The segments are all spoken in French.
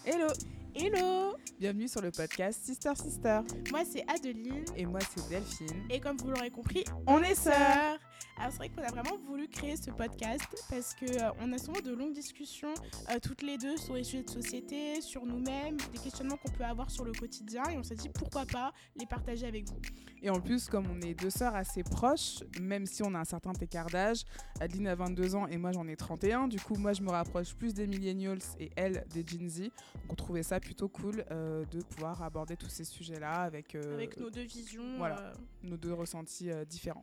Hello! Hello! Bienvenue sur le podcast Sister Sister. Moi c'est Adeline. Et moi c'est Delphine. Et comme vous l'aurez compris, on est sœurs! Alors c'est vrai qu'on a vraiment voulu créer ce podcast parce que on a souvent de longues discussions toutes les deux sur les sujets de société, sur nous-mêmes, des questionnements qu'on peut avoir sur le quotidien et on s'est dit pourquoi pas les partager avec vous. Et en plus, comme on est deux sœurs assez proches, même si on a un certain écart d'âge, Adeline a 22 ans et moi j'en ai 31, du coup moi je me rapproche plus des millennials et elle des Gen Z. Donc on trouvait ça plutôt cool de pouvoir aborder tous ces sujets-là avec nos deux visions, voilà, nos deux ressentis différents.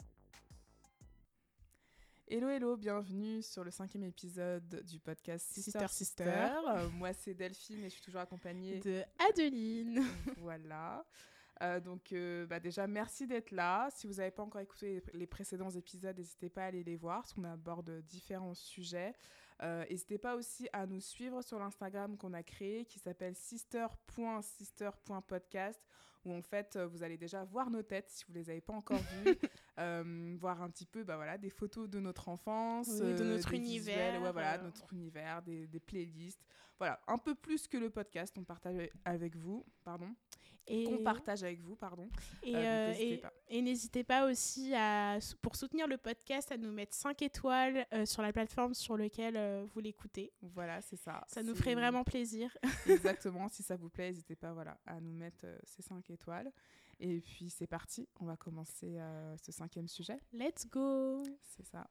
Hello, hello, bienvenue sur le 5e épisode du podcast Sister Sister. Moi c'est Delphine et je suis toujours accompagnée de Adeline. Voilà. Donc déjà merci d'être là. Si vous n'avez pas encore écouté les précédents épisodes, n'hésitez pas à aller les voir parce qu'on aborde différents sujets. N'hésitez pas aussi à nous suivre sur l'Instagram qu'on a créé qui s'appelle sister.sister.podcast où en fait vous allez déjà voir nos têtes si vous ne les avez pas encore vues, voir un petit peu des photos de notre enfance, de notre univers, notre univers, des playlists, voilà, un peu plus que le podcast qu'on partage avec vous, Et n'hésitez pas aussi pour soutenir le podcast à nous mettre 5 étoiles sur la plateforme sur laquelle vous l'écoutez. Voilà, c'est ça. Ça nous ferait vraiment plaisir. Exactement, si ça vous plaît, n'hésitez pas à nous mettre ces 5 étoiles. Et puis c'est parti, on va commencer ce 5e sujet. Let's go! C'est ça.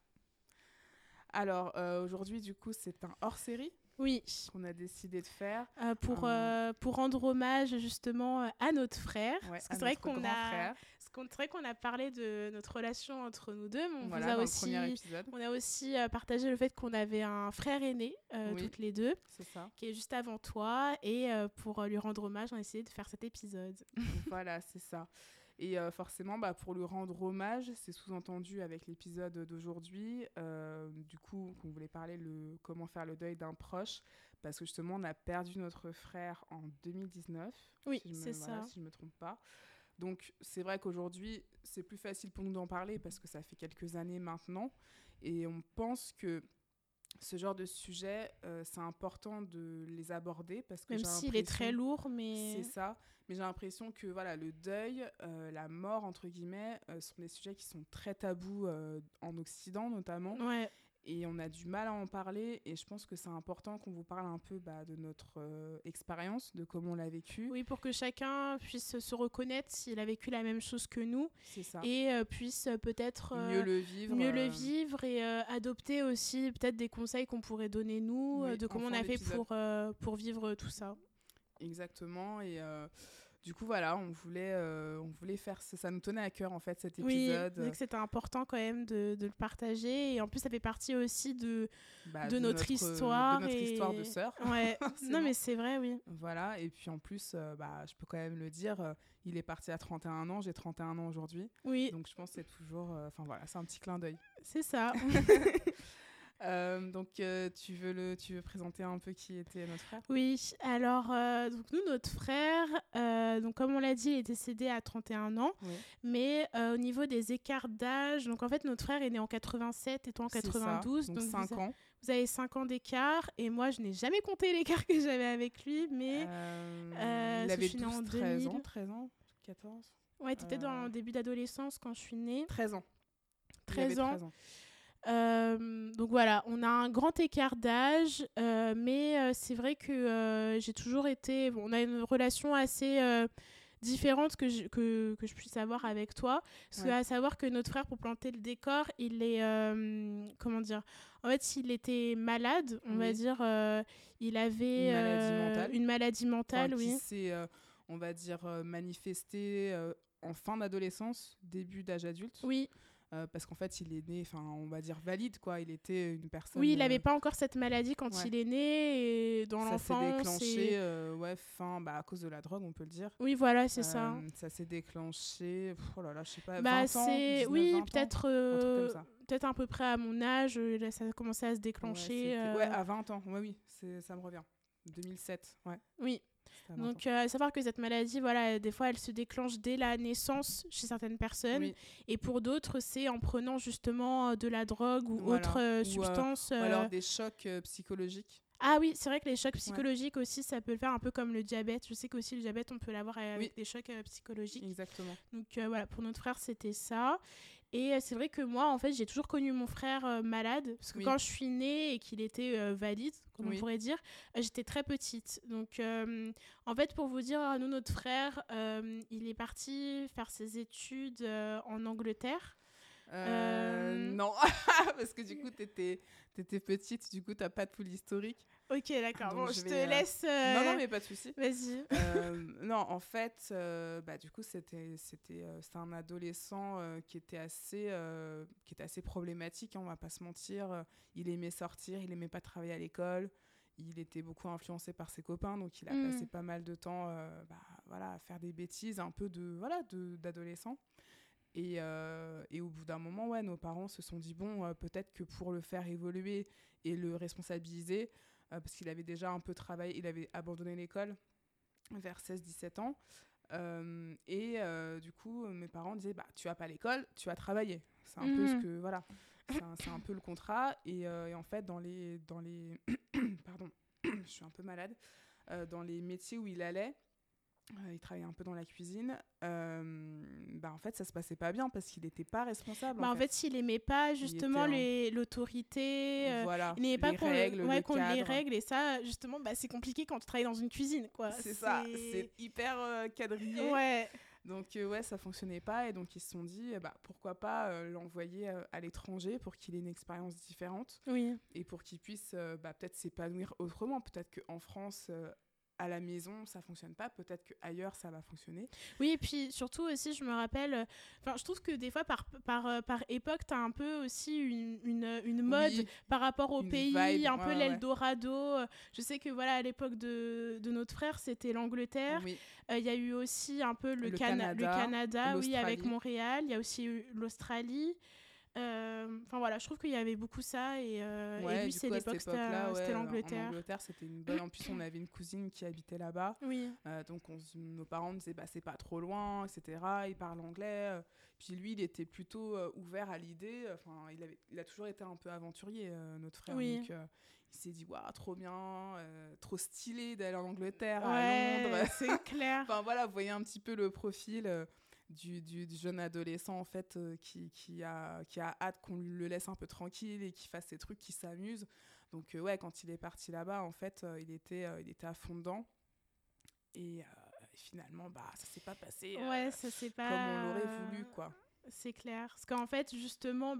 Alors aujourd'hui, du coup, c'est un hors-série. Oui. Qu'on a décidé de faire. Pour rendre hommage justement à notre frère. Ouais, parce que c'est vrai qu'on a parlé de notre relation entre nous deux. Mais on a aussi partagé le fait qu'on avait un frère aîné, toutes les deux. C'est ça. Qui est juste avant toi. Et pour lui rendre hommage, on a essayé de faire cet épisode. Voilà, c'est ça. Et forcément, pour lui rendre hommage, c'est sous-entendu avec l'épisode d'aujourd'hui, du coup, qu'on voulait parler comment faire le deuil d'un proche, parce que justement, on a perdu notre frère en 2019. Oui, c'est ça. Si je ne me trompe pas. Donc, c'est vrai qu'aujourd'hui, c'est plus facile pour nous d'en parler, parce que ça fait quelques années maintenant, et on pense que ce genre de sujet, c'est important de les aborder parce que même s'il est très lourd, mais c'est ça. Mais j'ai l'impression que le deuil, la mort entre guillemets, sont des sujets qui sont très tabous en Occident notamment. Ouais. Et on a du mal à en parler et je pense que c'est important qu'on vous parle un peu de notre expérience, de comment on l'a vécu. Oui, pour que chacun puisse se reconnaître s'il a vécu la même chose que nous. C'est ça. Et puisse peut-être mieux le vivre et adopter aussi peut-être des conseils qu'on pourrait donner nous, de comment on a fait pour vivre tout ça. Exactement. Et du coup, on voulait faire ça nous tenait à cœur en fait cet épisode. Oui, c'est que c'était important quand même de le partager et en plus ça fait partie aussi de notre histoire. De notre histoire de sœurs. Ouais. Non mais c'est vrai, oui. Voilà, et puis en plus, je peux quand même le dire, il est parti à 31 ans, j'ai 31 ans aujourd'hui. Oui. Donc je pense que c'est toujours, c'est un petit clin d'œil. C'est ça. Donc tu veux présenter un peu qui était notre frère ? Oui, alors donc nous notre frère, donc comme on l'a dit, il est décédé à 31 ans, oui. Mais au niveau des écarts d'âge, donc en fait notre frère est né en 87 et toi en 92, donc 5 ans. Vous avez 5 ans d'écart et moi je n'ai jamais compté l'écart que j'avais avec lui, mais il avait 13 ans, 14. Ouais, t'étais dans le début d'adolescence quand je suis née. 13 ans. 13 ans. Donc voilà, on a un grand écart d'âge, mais c'est vrai que j'ai toujours été... on a une relation assez différente que je puisse avoir avec toi. Parce qu'à savoir que notre frère, pour planter le décor, il est... comment dire ? En fait, il était malade, on va dire. Il avait une maladie mentale, qui s'est, on va dire, manifestée en fin d'adolescence, début d'âge adulte. Oui. Parce qu'en fait, il est né, on va dire valide, quoi. Il était une personne... Oui, il n'avait pas encore cette maladie quand il est né, et dans l'enfance... Ça s'est déclenché, à cause de la drogue, on peut le dire. Oui, voilà, c'est ça. Ça s'est déclenché, je sais pas, 20 ans, 19, oui, 20 peut-être, un truc comme ça. Peut-être à peu près à mon âge, là, ça a commencé à se déclencher. À 20 ans, oui, ça me revient. 2007, ouais. Oui. Donc, à savoir que cette maladie, des fois, elle se déclenche dès la naissance chez certaines personnes. Oui. Et pour d'autres, c'est en prenant justement de la drogue ou autre substance. Ou alors des chocs psychologiques. Ah oui, c'est vrai que les chocs psychologiques aussi, ça peut le faire un peu comme le diabète. Je sais qu'aussi le diabète, on peut l'avoir avec des chocs psychologiques. Exactement. Donc voilà, pour notre frère, c'était ça. Et c'est vrai que moi, en fait, j'ai toujours connu mon frère malade. Parce que quand je suis née et qu'il était valide, comme on pourrait dire, j'étais très petite. Donc, en fait, pour vous dire, nous, notre frère, il est parti faire ses études en Angleterre. Non, parce que du coup, t'étais petite, du coup, t'as pas de full historique. Ok, d'accord. Bon, je te laisse... Non, mais pas de souci. Vas-y. Non, en fait, du coup, c'était un adolescent qui était assez problématique, hein, on va pas se mentir. Il aimait sortir, il aimait pas travailler à l'école. Il était beaucoup influencé par ses copains, donc il a passé pas mal de temps à faire des bêtises, un peu d'adolescent. Et au bout d'un moment, nos parents se sont dit, bon, peut-être que pour le faire évoluer et le responsabiliser, parce qu'il avait déjà un peu travaillé, il avait abandonné l'école vers 16-17 ans. Du coup, mes parents disaient, tu vas pas à l'école, tu vas travailler. C'est un peu ce que, voilà, c'est un peu le contrat. Et en fait, dans les pardon, je suis un peu malade. Dans les métiers où il allait, il travaillait un peu dans la cuisine. En fait, ça se passait pas bien parce qu'il n'était pas responsable. En fait, il aimait pas justement l'autorité. Voilà, il n'aimait pas qu'on les règles. Et ça, justement, c'est compliqué quand tu travailles dans une cuisine, quoi. C'est ça, c'est hyper quadrillé. Ouais. Donc, ça fonctionnait pas. Et donc, ils se sont dit, pourquoi pas l'envoyer à l'étranger pour qu'il ait une expérience différente. Oui. Et pour qu'il puisse peut-être s'épanouir autrement. Peut-être qu'en France... à la maison, ça fonctionne pas. Peut-être qu'ailleurs, ça va fonctionner. Oui, et puis surtout aussi, je me rappelle... je trouve que des fois, par époque, tu as un peu aussi une mode par rapport au pays, vibe, un peu l'Eldorado. Je sais que, voilà, à l'époque de notre frère, c'était l'Angleterre. Il y a eu aussi un peu le Canada, oui, avec Montréal. Il y a aussi eu l'Australie. Voilà, je trouve qu'il y avait beaucoup ça et lui c'est l'époque c'était l'Angleterre. En Angleterre c'était une bonne. En plus on avait une cousine qui habitait là-bas, donc nos parents disaient c'est pas trop loin, etc. Il parle anglais, puis lui il était plutôt ouvert à l'idée. Enfin il a toujours été un peu aventurier, notre frère. Donc il s'est dit trop bien, trop stylé d'aller en Angleterre, à Londres. C'est clair. Enfin voilà, vous voyez un petit peu le profil. Du jeune adolescent en fait qui a hâte qu'on le laisse un peu tranquille et qu'il fasse ses trucs, qu'il s'amuse. Donc quand il est parti là-bas en fait il était à fond dedans et finalement ça s'est pas passé ça s'est pas... comme on l'aurait voulu quoi. C'est clair. Parce qu'en fait, justement,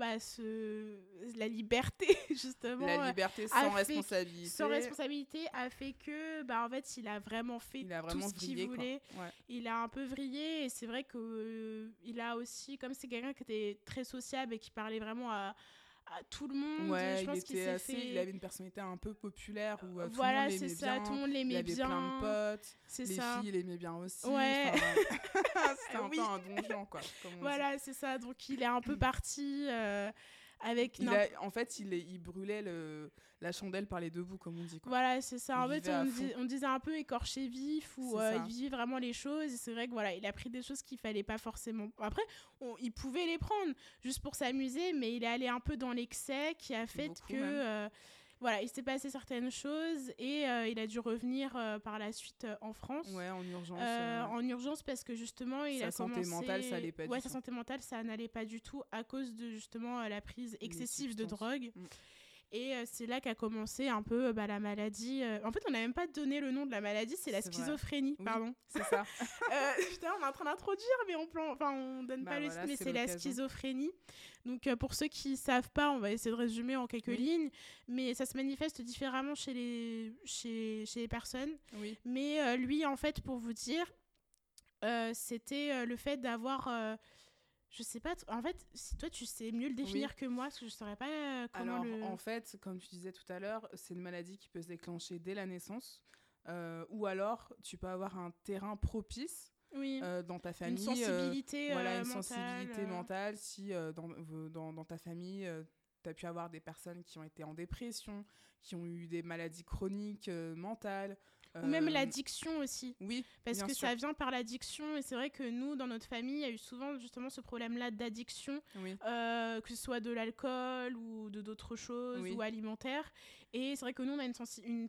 la liberté, justement... La liberté sans responsabilité. Sans responsabilité a fait que, en fait, il a vraiment fait tout ce qu'il voulait. Ouais. Il a un peu vrillé et c'est vrai qu'il a aussi, comme c'est quelqu'un qui était très sociable et qui parlait vraiment à tout le monde. Je pense il avait une personnalité un peu populaire où tout le monde l'aimait bien. Il avait plein de potes. Les filles l'aimaient bien aussi. Ouais. C'était un peu un donjon, quoi. Voilà, c'est ça. Donc, il est un peu parti avec... En fait, il brûlait la chandelle par les deux bouts, comme on dit. Quoi. Voilà, c'est ça. En fait, on disait un peu écorché vif, où il vivait vraiment les choses. Et c'est vrai que voilà, il a pris des choses qu'il fallait pas forcément... Après, il pouvait les prendre juste pour s'amuser, mais il est allé un peu dans l'excès qui a fait que... voilà, il s'est passé certaines choses et il a dû revenir par la suite en France. Ouais, en urgence. En urgence parce que justement, sa santé mentale, ça allait pas du tout. Sa santé mentale, ça n'allait pas du tout à cause de justement la prise excessive de drogue. Et c'est là qu'a commencé un peu la maladie. En fait, on n'a même pas donné le nom de la maladie, c'est la schizophrénie, pardon. C'est ça. Putain, on est en train d'introduire, mais on donne pas le titre, mais c'est la schizophrénie. Donc, pour ceux qui savent pas, on va essayer de résumer en quelques lignes, mais ça se manifeste différemment chez les personnes. Oui. Mais lui, en fait, pour vous dire, c'était le fait d'avoir... je sais pas, en fait, si toi tu sais mieux le définir que moi, parce que je saurais pas comment en fait, comme tu disais tout à l'heure, c'est une maladie qui peut se déclencher dès la naissance, ou alors tu peux avoir un terrain propice dans ta famille. Une sensibilité mentale. Sensibilité mentale, si dans ta famille, tu as pu avoir des personnes qui ont été en dépression, qui ont eu des maladies chroniques mentales, Ou même l'addiction aussi. Oui, parce que sûr. Ça vient par l'addiction. Et c'est vrai que nous, dans notre famille, il y a eu souvent justement ce problème-là d'addiction, que ce soit de l'alcool ou d'autres choses ou alimentaire. Et c'est vrai que nous, on a une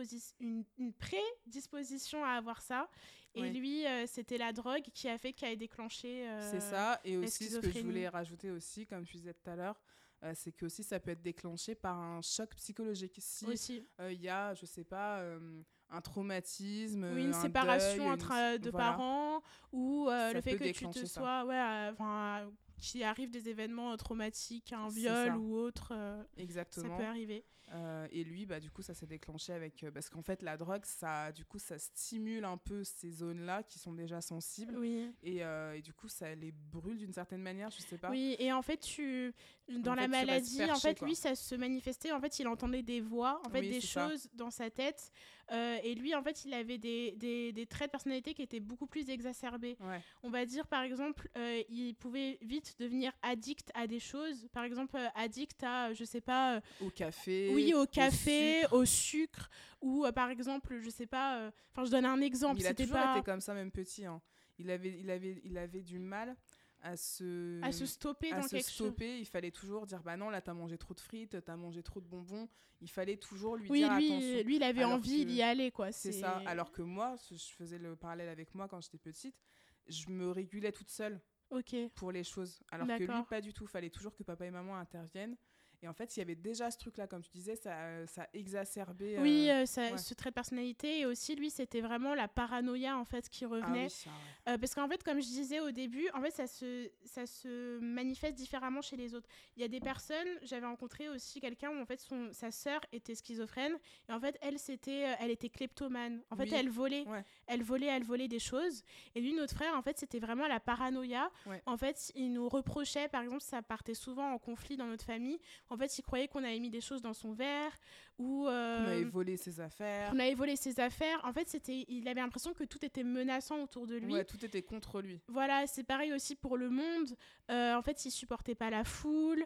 prédisposition à avoir ça. Et lui, c'était la drogue qui a déclenché c'est ça. Et aussi, ce que je voulais rajouter aussi, comme tu disais tout à l'heure, c'est que aussi ça peut être déclenché par un choc psychologique. Si il y a, je sais pas, un traumatisme, une séparation de parents, ou le fait que tu te sois qu'il arrive des événements traumatiques, un viol ou autre. Exactement. Ça peut arriver. Et lui, du coup, ça s'est déclenché avec... parce qu'en fait, la drogue, ça stimule un peu ces zones-là qui sont déjà sensibles. Oui. Et du coup, ça les brûle d'une certaine manière, je sais pas. Oui, et en fait, dans la maladie, lui, ça se manifestait. En fait, il entendait des voix, des choses dans sa tête. Et lui, en fait, il avait des traits de personnalité qui étaient beaucoup plus exacerbés. Ouais. On va dire, par exemple, il pouvait vite devenir addict à des choses. Par exemple, addict à, je sais pas... au café. Oui, au café, au sucre. Ou, par exemple, je sais pas... je donne un exemple. Il a toujours été comme ça, même petit. Hein. Il avait du mal à se stopper dans quelque chose. Il fallait toujours dire non, là t'as mangé trop de frites, t'as mangé trop de bonbons. Il fallait toujours lui dire attention. Lui il avait envie d'y aller, quoi. C'est ça. Alors que moi, je faisais le parallèle avec moi quand j'étais petite, je me régulais toute seule pour les choses. Alors que lui, pas du tout. Fallait toujours que papa et maman interviennent. Et en fait, il y avait déjà ce truc-là, comme tu disais, ça exacerbait... ce trait de personnalité. Et aussi, lui, c'était vraiment la paranoïa, en fait, qui revenait. Parce qu'en fait, comme je disais au début, en fait, ça se manifeste différemment chez les autres. Il y a des personnes... J'avais rencontré aussi quelqu'un où, en fait, sa sœur était schizophrène. Et en fait, elle était kleptomane. En fait, elle volait. Ouais. Elle volait des choses. Et lui, notre frère, en fait, c'était vraiment la paranoïa. Ouais. En fait, il nous reprochait, par exemple, ça partait souvent en conflit dans notre famille. En fait, il croyait qu'on avait mis des choses dans son verre ou qu'on avait volé ses affaires. En fait, il avait l'impression que tout était menaçant autour de lui. Ouais, tout était contre lui. Voilà, c'est pareil aussi pour le monde. En fait, il supportait pas la foule.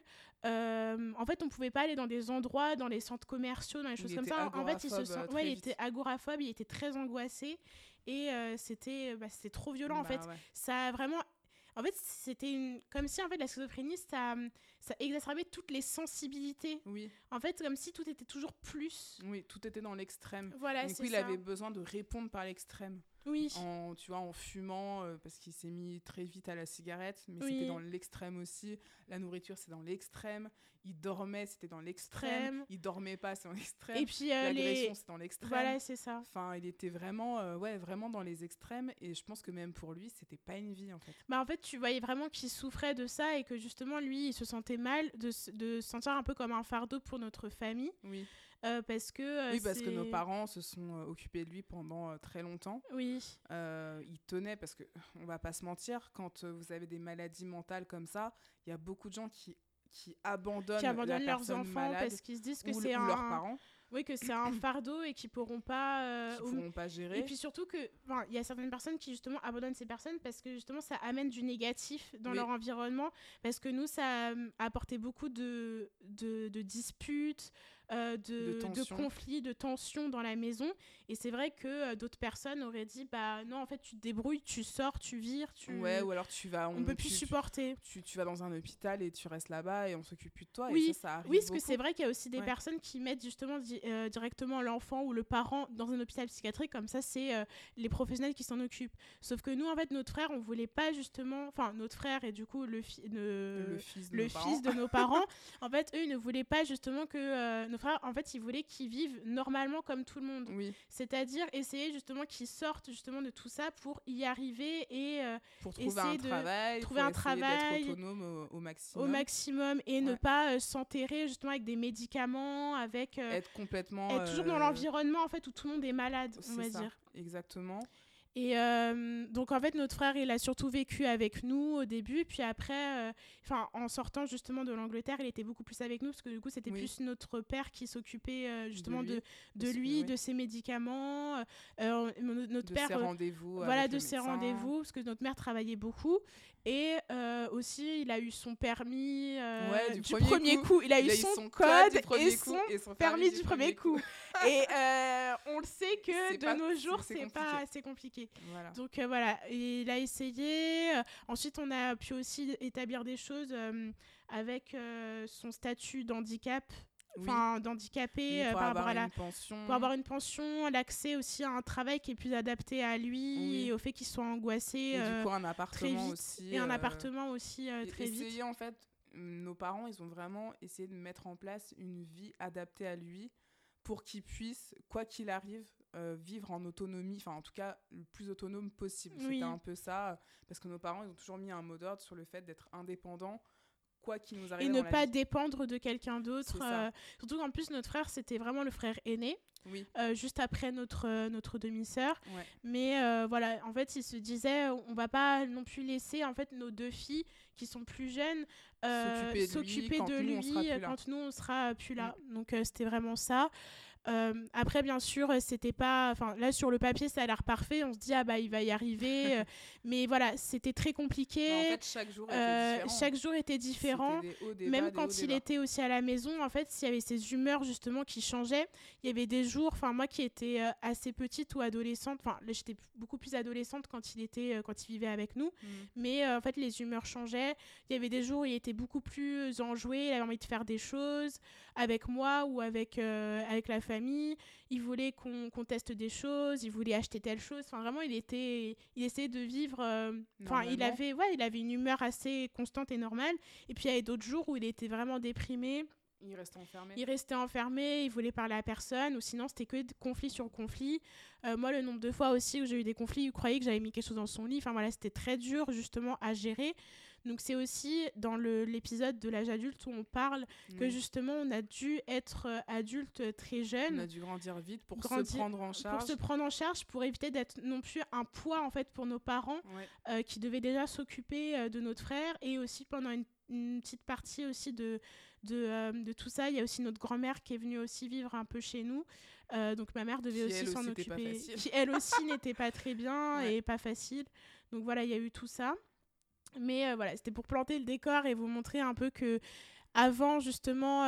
En fait, on pouvait pas aller dans des endroits, dans les centres commerciaux, dans les choses comme ça. En fait, il était agoraphobe, il était très angoissé et c'était trop violent. En fait, ça a vraiment... En fait, c'était comme si en fait la schizophrénie ça exacerbait toutes les sensibilités. Oui. En fait, comme si tout était toujours plus. Oui, tout était dans l'extrême. Voilà, du coup, il avait besoin de répondre par l'extrême. Oui. En fumant, parce qu'il s'est mis très vite à la cigarette, mais c'était dans l'extrême aussi. La nourriture, c'est dans l'extrême. Il dormait, c'était dans l'extrême. Il dormait pas, c'est dans l'extrême. Et puis l'agression, c'est dans l'extrême. Voilà, c'est ça. Enfin, il était vraiment, vraiment dans les extrêmes. Et je pense que même pour lui, c'était pas une vie, en fait. En fait, tu voyais vraiment qu'il souffrait de ça et que justement, lui, il se sentait mal de se sentir un peu comme un fardeau pour notre famille. Oui. Parce que nos parents se sont occupés de lui pendant très longtemps. Oui. Ils tenaient, parce que on va pas se mentir, quand vous avez des maladies mentales comme ça, il y a beaucoup de gens qui abandonnent leurs enfants parce qu'ils se disent que c'est leurs parents. Oui, que c'est un fardeau et qu'ils pourront pas pourront pas gérer. Et puis surtout que il y a certaines personnes qui justement abandonnent ces personnes parce que justement ça amène du négatif dans leur environnement, parce que nous ça a apporté beaucoup de disputes, de conflits, de tensions dans la maison. Et c'est vrai que d'autres personnes auraient dit non, en fait tu te débrouilles, tu sors, tu vires, ouais, ou alors on peut plus supporter. Tu vas dans un hôpital et tu restes là-bas et on s'occupe plus de toi. Oui, et ça arrive parce que c'est vrai qu'il y a aussi des personnes qui mettent justement directement l'enfant ou le parent dans un hôpital psychiatrique, comme ça c'est les professionnels qui s'en occupent. Sauf que nous, en fait, notre frère, on voulait pas justement, enfin notre frère et du coup le fils de nos parents, en fait, eux, ils ne voulaient pas justement que nos frères, en fait, ils voulaient qu'ils vivent normalement comme tout le monde. Oui. C'est-à-dire essayer justement qu'ils sortent justement de tout ça pour y arriver et pour trouver un travail, d'être autonome au maximum. Au maximum et ne pas s'enterrer justement avec des médicaments, avec être complètement toujours dans l'environnement en fait où tout le monde est malade, on va dire. Exactement. Et donc en fait notre frère il a surtout vécu avec nous au début, puis après en sortant justement de l'Angleterre il était beaucoup plus avec nous parce que du coup c'était plus notre père qui s'occupait justement de lui, de ses médicaments, notre père ses rendez-vous voilà, de ses rendez-vous parce que notre mère travaillait beaucoup. Et aussi, il a eu son permis du premier coup. Il a eu son code et son permis du premier coup. Et on le sait que de nos jours, c'est compliqué. Voilà. Donc voilà, il a essayé. Ensuite, on a pu aussi établir des choses avec son statut d'handicap. D'handicapé pour par rapport à pour avoir une pension, l'accès aussi à un travail qui est plus adapté à lui et au fait qu'il soit angoissé et du coup un appartement très vite aussi et un appartement aussi très vite. En fait, nos parents ils ont vraiment essayé de mettre en place une vie adaptée à lui pour qu'il puisse, quoi qu'il arrive, vivre en autonomie, enfin en tout cas le plus autonome possible. C'était un peu ça, parce que nos parents ils ont toujours mis un mot d'ordre sur le fait d'être indépendant, quoi qu'il nous arrive et ne pas dépendre de quelqu'un d'autre, surtout qu'en plus notre frère c'était vraiment le frère aîné, juste après notre demi-sœur, mais voilà, en fait il se disait on va pas non plus laisser en fait nos deux filles qui sont plus jeunes s'occuper de lui quand nous on sera plus là. Donc c'était vraiment ça. Après bien sûr c'était pas, enfin là sur le papier ça a l'air parfait, on se dit il va y arriver mais voilà c'était très compliqué. En fait chaque jour était différent, même quand il était aussi à la maison. En fait s'il y avait ses humeurs justement qui changeaient, il y avait des jours, enfin moi qui étais assez petite ou adolescente, enfin j'étais beaucoup plus adolescente quand il vivait avec nous, mais en fait les humeurs changeaient. Il y avait des jours où il était beaucoup plus enjoué, il avait envie de faire des choses avec moi ou avec la famille, il voulait qu'on teste des choses, il voulait acheter telle chose, enfin vraiment il essayait de vivre, il avait une humeur assez constante et normale. Et puis il y avait d'autres jours où il était vraiment déprimé. Il restait enfermé, il voulait parler à personne, ou sinon c'était que conflit sur conflit. Moi, le nombre de fois aussi où j'ai eu des conflits, il croyait que j'avais mis quelque chose dans son lit. Enfin voilà, c'était très dur justement à gérer. Donc c'est aussi dans l'épisode de l'âge adulte où on parle que justement on a dû être adulte très jeune. On a dû grandir vite pour se prendre en charge. Pour se prendre en charge, pour éviter d'être non plus un poids en fait pour nos parents qui devaient déjà s'occuper de notre frère. Et aussi pendant une petite partie aussi de tout ça, il y a aussi notre grand-mère qui est venue aussi vivre un peu chez nous. Donc ma mère devait aussi s'en occuper. Qui elle aussi n'était pas très bien et pas facile. Donc voilà, il y a eu tout ça. Mais voilà, c'était pour planter le décor et vous montrer un peu que avant justement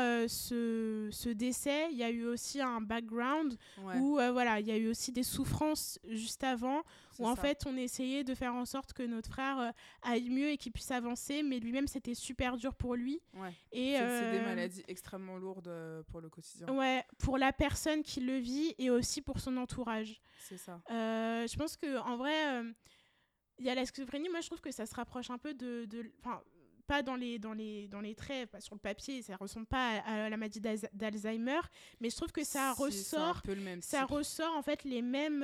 ce décès, il y a eu aussi un background où il y a eu aussi des souffrances juste avant, où en fait on essayait de faire en sorte que notre frère aille mieux et qu'il puisse avancer, mais lui-même c'était super dur pour lui. Et c'est des maladies extrêmement lourdes pour le quotidien. Pour la personne qui le vit et aussi pour son entourage. C'est ça. Je pense que en vrai il y a la schizophrénie, moi je trouve que ça se rapproche un peu pas dans les traits, pas sur le papier, ça ressemble pas à la maladie d'Alzheimer, mais je trouve que ça ressort en fait les mêmes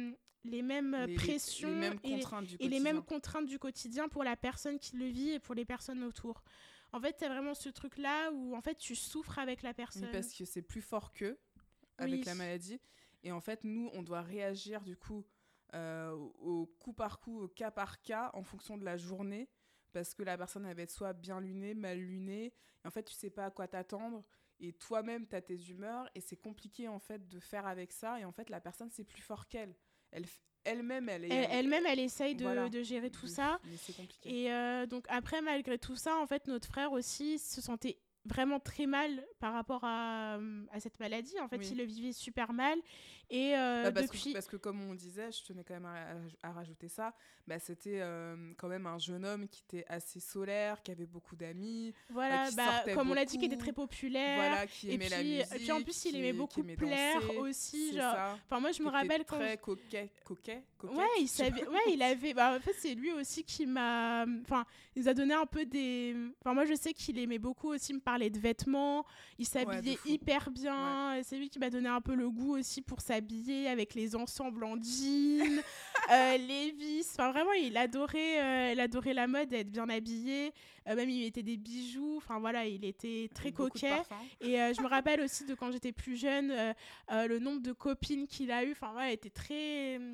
pressions les mêmes contraintes du quotidien pour la personne qui le vit et pour les personnes autour. En fait, t'as vraiment ce truc-là où en fait tu souffres avec la personne. Oui, parce que c'est plus fort qu'eux avec la maladie, et en fait nous on doit réagir du coup au coup par coup, au cas par cas, en fonction de la journée, parce que la personne elle va être soit bien lunée, mal lunée, et en fait tu sais pas à quoi t'attendre, et toi-même t'as tes humeurs, et c'est compliqué en fait de faire avec ça, et en fait la personne c'est plus fort qu'elle. Elle-même elle essaye de gérer tout ça, mais c'est compliqué. Et donc après malgré tout ça en fait notre frère aussi se sentait vraiment très mal par rapport à cette maladie. En fait, il le vivait super mal. Et parce que comme on disait, je tenais quand même à rajouter ça, c'était quand même un jeune homme qui était assez solaire, qui avait beaucoup d'amis. Voilà, comme on l'a dit, qui était très populaire. Voilà, qui aimait la musique. Et puis en plus, il aimait beaucoup plaire aussi. Enfin, moi, je me rappelle quand... très coquet. Ouais, il avait... en fait, c'est lui aussi qui m'a... Enfin, il nous a donné un peu des... Enfin, moi, je sais qu'il aimait beaucoup aussi me parler de vêtements. Il s'habillait hyper bien. Ouais. C'est lui qui m'a donné un peu le goût aussi pour s'habiller avec les ensembles en jean, Levi's. Enfin, vraiment, il adorait la mode, être bien habillé. Même, il mettait des bijoux. Enfin, voilà, il était très coquet. Et je me rappelle aussi de quand j'étais plus jeune, le nombre de copines qu'il a eu. Enfin, voilà, il était très...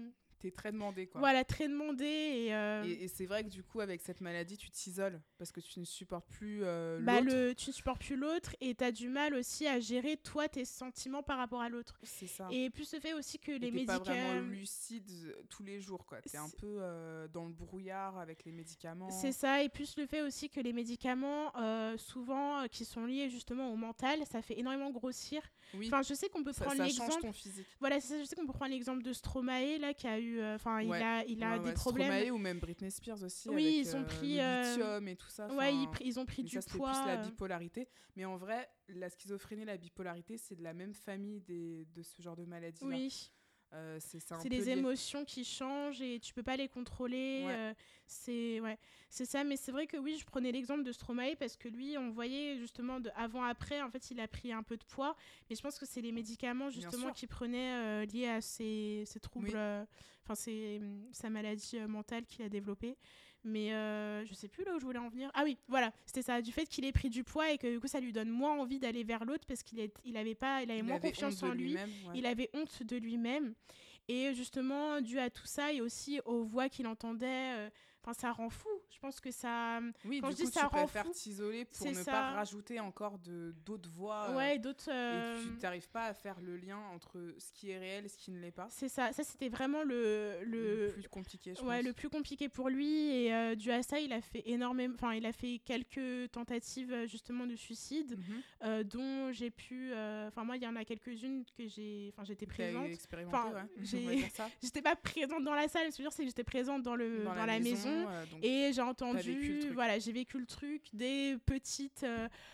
t'es très demandé, quoi. Voilà, très demandé. Et c'est vrai que du coup, avec cette maladie, tu t'isoles parce que tu ne supportes plus l'autre. Tu ne supportes plus l'autre et t'as du mal aussi à gérer, toi, tes sentiments par rapport à l'autre. C'est ça. Et plus le fait aussi que les médicaments... T'es pas vraiment médicaments... lucide tous les jours, quoi. T'es un peu dans le brouillard avec les médicaments. C'est ça, et plus le fait aussi que les médicaments, souvent, qui sont liés justement au mental, ça fait énormément grossir. Oui. Enfin, je sais qu'on peut prendre l'exemple... Ça change ton physique. Voilà, c'est ça, je sais qu'on peut prendre l'exemple de Stromae, là, qui a eu... il a des problèmes. Stromae ou même Britney Spears aussi, oui, avec ils ont pris, le lithium et tout ça. Ouais, ils ont pris du poids. Ça, c'est plus la bipolarité. Mais en vrai, la schizophrénie et la bipolarité, c'est de la même famille de ce genre de maladie-là. Oui. C'est les émotions qui changent et tu peux pas les contrôler. C'est ça, mais c'est vrai que oui, je prenais l'exemple de Stromae parce que lui, on voyait justement de avant-après, en fait, il a pris un peu de poids, mais je pense que c'est les médicaments justement qu'il prenait liés à ses troubles, sa maladie mentale qu'il a développée. Mais je sais plus là où je voulais en venir. Ah oui, voilà, c'était ça, du fait qu'il ait pris du poids et que du coup ça lui donne moins envie d'aller vers l'autre parce qu'il avait moins confiance en lui, il avait honte de lui-même. Et justement, dû à tout ça et aussi aux voix qu'il entendait, ça rend fou. Je pense que ça... Oui, quand du coup, tu préfères t'isoler pour ne pas rajouter encore d'autres voix. Ouais, d'autres... Et tu n'arrives pas à faire le lien entre ce qui est réel et ce qui ne l'est pas. C'est ça. Ça, c'était vraiment le plus compliqué, je pense. Ouais, le plus compliqué pour lui. Et dû à ça, il a fait il a fait quelques tentatives, justement, de suicide, dont j'ai pu... moi, il y en a quelques-unes que j'étais présente. J'étais pas présente dans la salle, c'est que j'étais présente dans la maison. Et j'ai entendu, j'ai vécu le truc, des petites...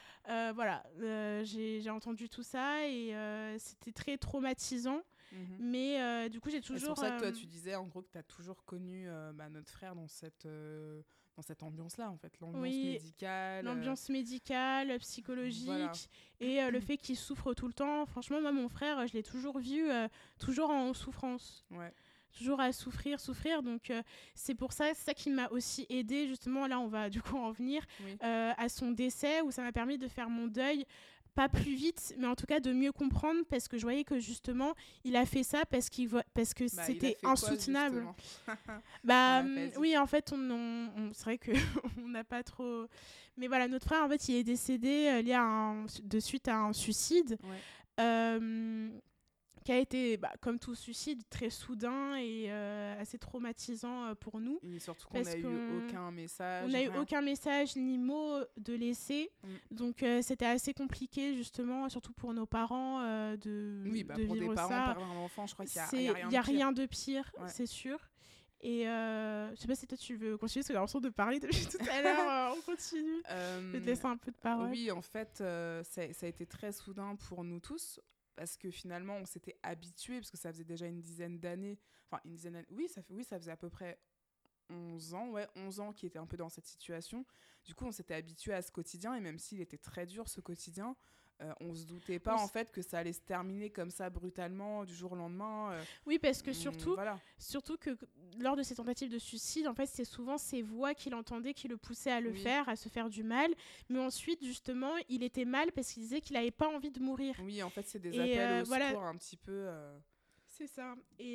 j'ai entendu tout ça et c'était très traumatisant. Mais du coup, j'ai toujours... C'est pour ça que toi, tu disais en gros que tu as toujours connu notre frère dans cette ambiance-là, en fait. L'ambiance médicale, psychologique, et le fait qu'il souffre tout le temps. Franchement, moi, mon frère, je l'ai toujours vu toujours en souffrance. Ouais. Toujours à souffrir. Donc, c'est pour ça, c'est ça qui m'a aussi aidée, justement, là, on va du coup en venir, à son décès, où ça m'a permis de faire mon deuil, pas plus vite, mais en tout cas de mieux comprendre, parce que je voyais que, justement, il a fait ça parce que c'était insoutenable. Oui, en fait, c'est vrai qu'on n'a pas trop... Mais voilà, notre frère, en fait, il est décédé de suite à un suicide. Qui a été, comme tout suicide, très soudain et assez traumatisant pour nous. Et surtout qu'on n'a eu aucun message. On n'a eu aucun message ni mot de laisser. Donc c'était assez compliqué, justement, surtout pour nos parents, de pour vivre des parents, ça. perdre un enfant, je crois qu'il n'y a rien de pire, c'est sûr. Et je sais pas si toi tu veux continuer, parce que j'ai l'impression de parler depuis tout à l'heure. On continue. Je te laisse un peu de parole. Oui, en fait, ça a été très soudain pour nous tous. Parce que finalement, on s'était habitués, parce que ça faisait déjà une dizaine d'années. Oui, ça faisait à peu près 11 ans qu'il était un peu dans cette situation. Du coup, on s'était habitués à ce quotidien, et même s'il était très dur, ce quotidien, on se doutait pas, en fait, que ça allait se terminer comme ça, brutalement, du jour au lendemain. Oui, parce que surtout que lors de ses tentatives de suicide, en fait, c'est souvent ses voix qu'il entendait qui le poussaient à le faire, à se faire du mal. Mais ensuite, justement, il était mal parce qu'il disait qu'il n'avait pas envie de mourir. Oui, en fait, c'est des appels au secours un petit peu... C'est ça. Et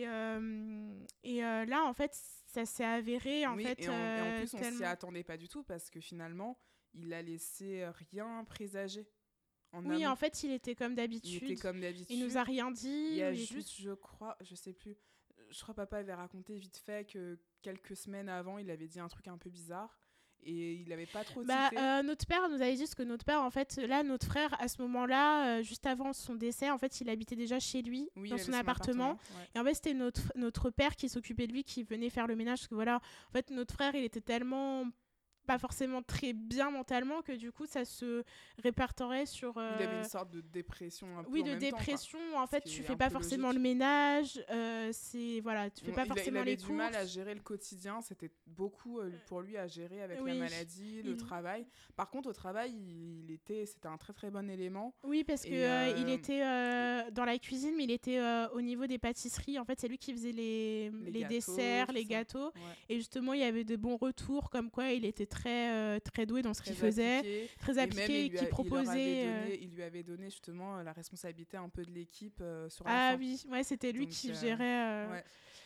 là, en fait, ça s'est avéré, en fait... Et en plus, on s'y attendait pas du tout, parce que finalement, il a laissé rien présager. En fait, il était comme d'habitude. Il nous a rien dit. Il y a juste, je crois papa avait raconté vite fait que quelques semaines avant, il avait dit un truc un peu bizarre. Et il n'avait pas trop tilté. Notre père nous avait dit que notre père, en fait, là, notre frère, à ce moment-là, juste avant son décès, en fait, il habitait déjà chez lui, dans son appartement. Et en fait, c'était notre père qui s'occupait de lui, qui venait faire le ménage. Parce que voilà, en fait, notre frère, il était tellement... pas forcément très bien mentalement, que du coup ça se répertorait sur... Il avait une sorte de dépression un peu de dépression, en fait tu fais pas forcément le ménage, tu fais pas forcément les courses. Il avait du mal à gérer le quotidien, c'était beaucoup pour lui à gérer avec la maladie, le travail. Par contre au travail, c'était un très très bon élément. Oui, parce que il était dans la cuisine, mais il était au niveau des pâtisseries, en fait c'est lui qui faisait les desserts, les gâteaux, et justement il y avait de bons retours, comme quoi il était très doué dans ce qu'il faisait, très appliqué, qui proposait... Il lui avait donné justement la responsabilité un peu de l'équipe sur la fin. Oui, c'était lui qui gérait...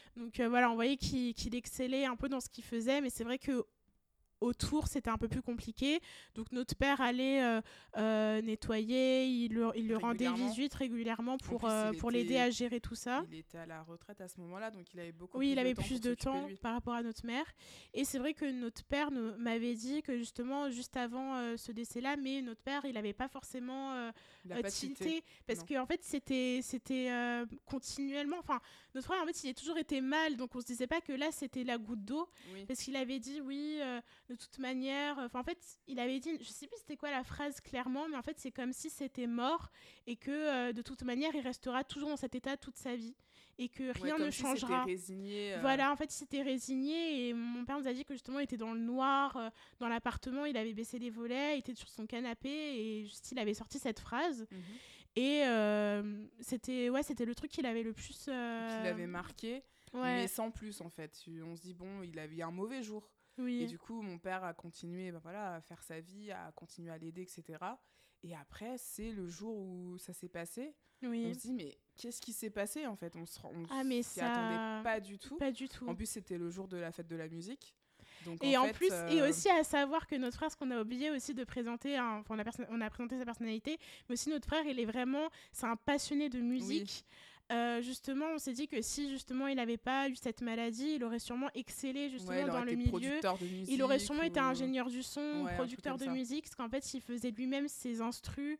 Donc voilà, on voyait qu'il excellait un peu dans ce qu'il faisait, mais c'est vrai que autour, c'était un peu plus compliqué. Donc, notre père allait nettoyer, il le rendait visite régulièrement pour l'aider à gérer tout ça. Il était à la retraite à ce moment-là, donc il avait beaucoup plus de temps par rapport à notre mère. Et c'est vrai que notre père m'avait dit que justement, juste avant ce décès-là, mais notre père, il n'avait pas forcément tilté. Parce qu'en fait, c'était continuellement... Enfin, notre frère, en fait, il a toujours été mal, donc on se disait pas que là, c'était la goutte d'eau. Parce qu'il avait dit, de toute manière, en fait, il avait dit, je sais plus c'était quoi la phrase clairement, mais en fait, c'est comme si c'était mort et que de toute manière, il restera toujours dans cet état toute sa vie et que rien ne changera. Résigné, Voilà, en fait, il s'était résigné et mon père nous a dit que justement, il était dans le noir, dans l'appartement, il avait baissé les volets, il était sur son canapé et juste, il avait sorti cette phrase. Et c'était le truc qu'il avait le plus... Qui l'avait marqué, mais sans plus, en fait. On se dit, bon, il avait un mauvais jour. Et du coup, mon père a continué à faire sa vie, à continuer à l'aider, etc. Et après, c'est le jour où ça s'est passé. On se dit, mais qu'est-ce qui s'est passé, en fait? On s'y attendait pas du tout. Pas du tout. En plus, c'était le jour de la fête de la musique. Donc, et et aussi à savoir que notre frère, ce qu'on a oublié aussi de présenter, on a présenté sa personnalité, mais aussi notre frère, c'est un passionné de musique. Justement, on s'est dit que si justement il n'avait pas eu cette maladie, il aurait sûrement excellé justement dans le milieu. Il aurait sûrement été ingénieur du son, producteur de musique, parce qu'en fait, il faisait lui-même ses instrus.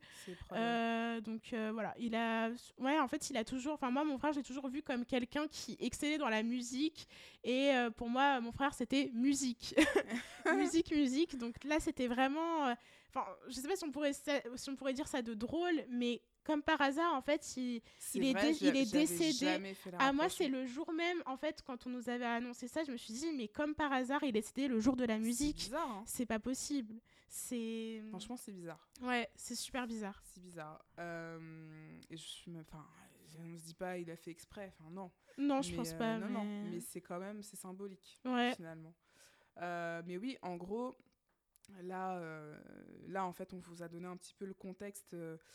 Donc voilà, en fait, il a toujours. Enfin, moi, mon frère, j'ai toujours vu comme quelqu'un qui excellait dans la musique. Et pour moi, mon frère, c'était musique, musique. Donc là, c'était vraiment. Enfin, je sais pas si on pourrait dire ça de drôle, mais comme par hasard, en fait, il est décédé. Moi, c'est le jour même, en fait, quand on nous avait annoncé ça, je me suis dit, mais comme par hasard, il est décédé le jour de la musique. C'est bizarre, hein. C'est pas possible. Franchement, c'est bizarre. Ouais, c'est super bizarre. C'est bizarre. Et on se dit pas, il a fait exprès. Enfin, non. Non, je pense pas. Non, mais c'est quand même, c'est symbolique, finalement. Mais oui, en gros... Là, en fait, on vous a donné un petit peu le contexte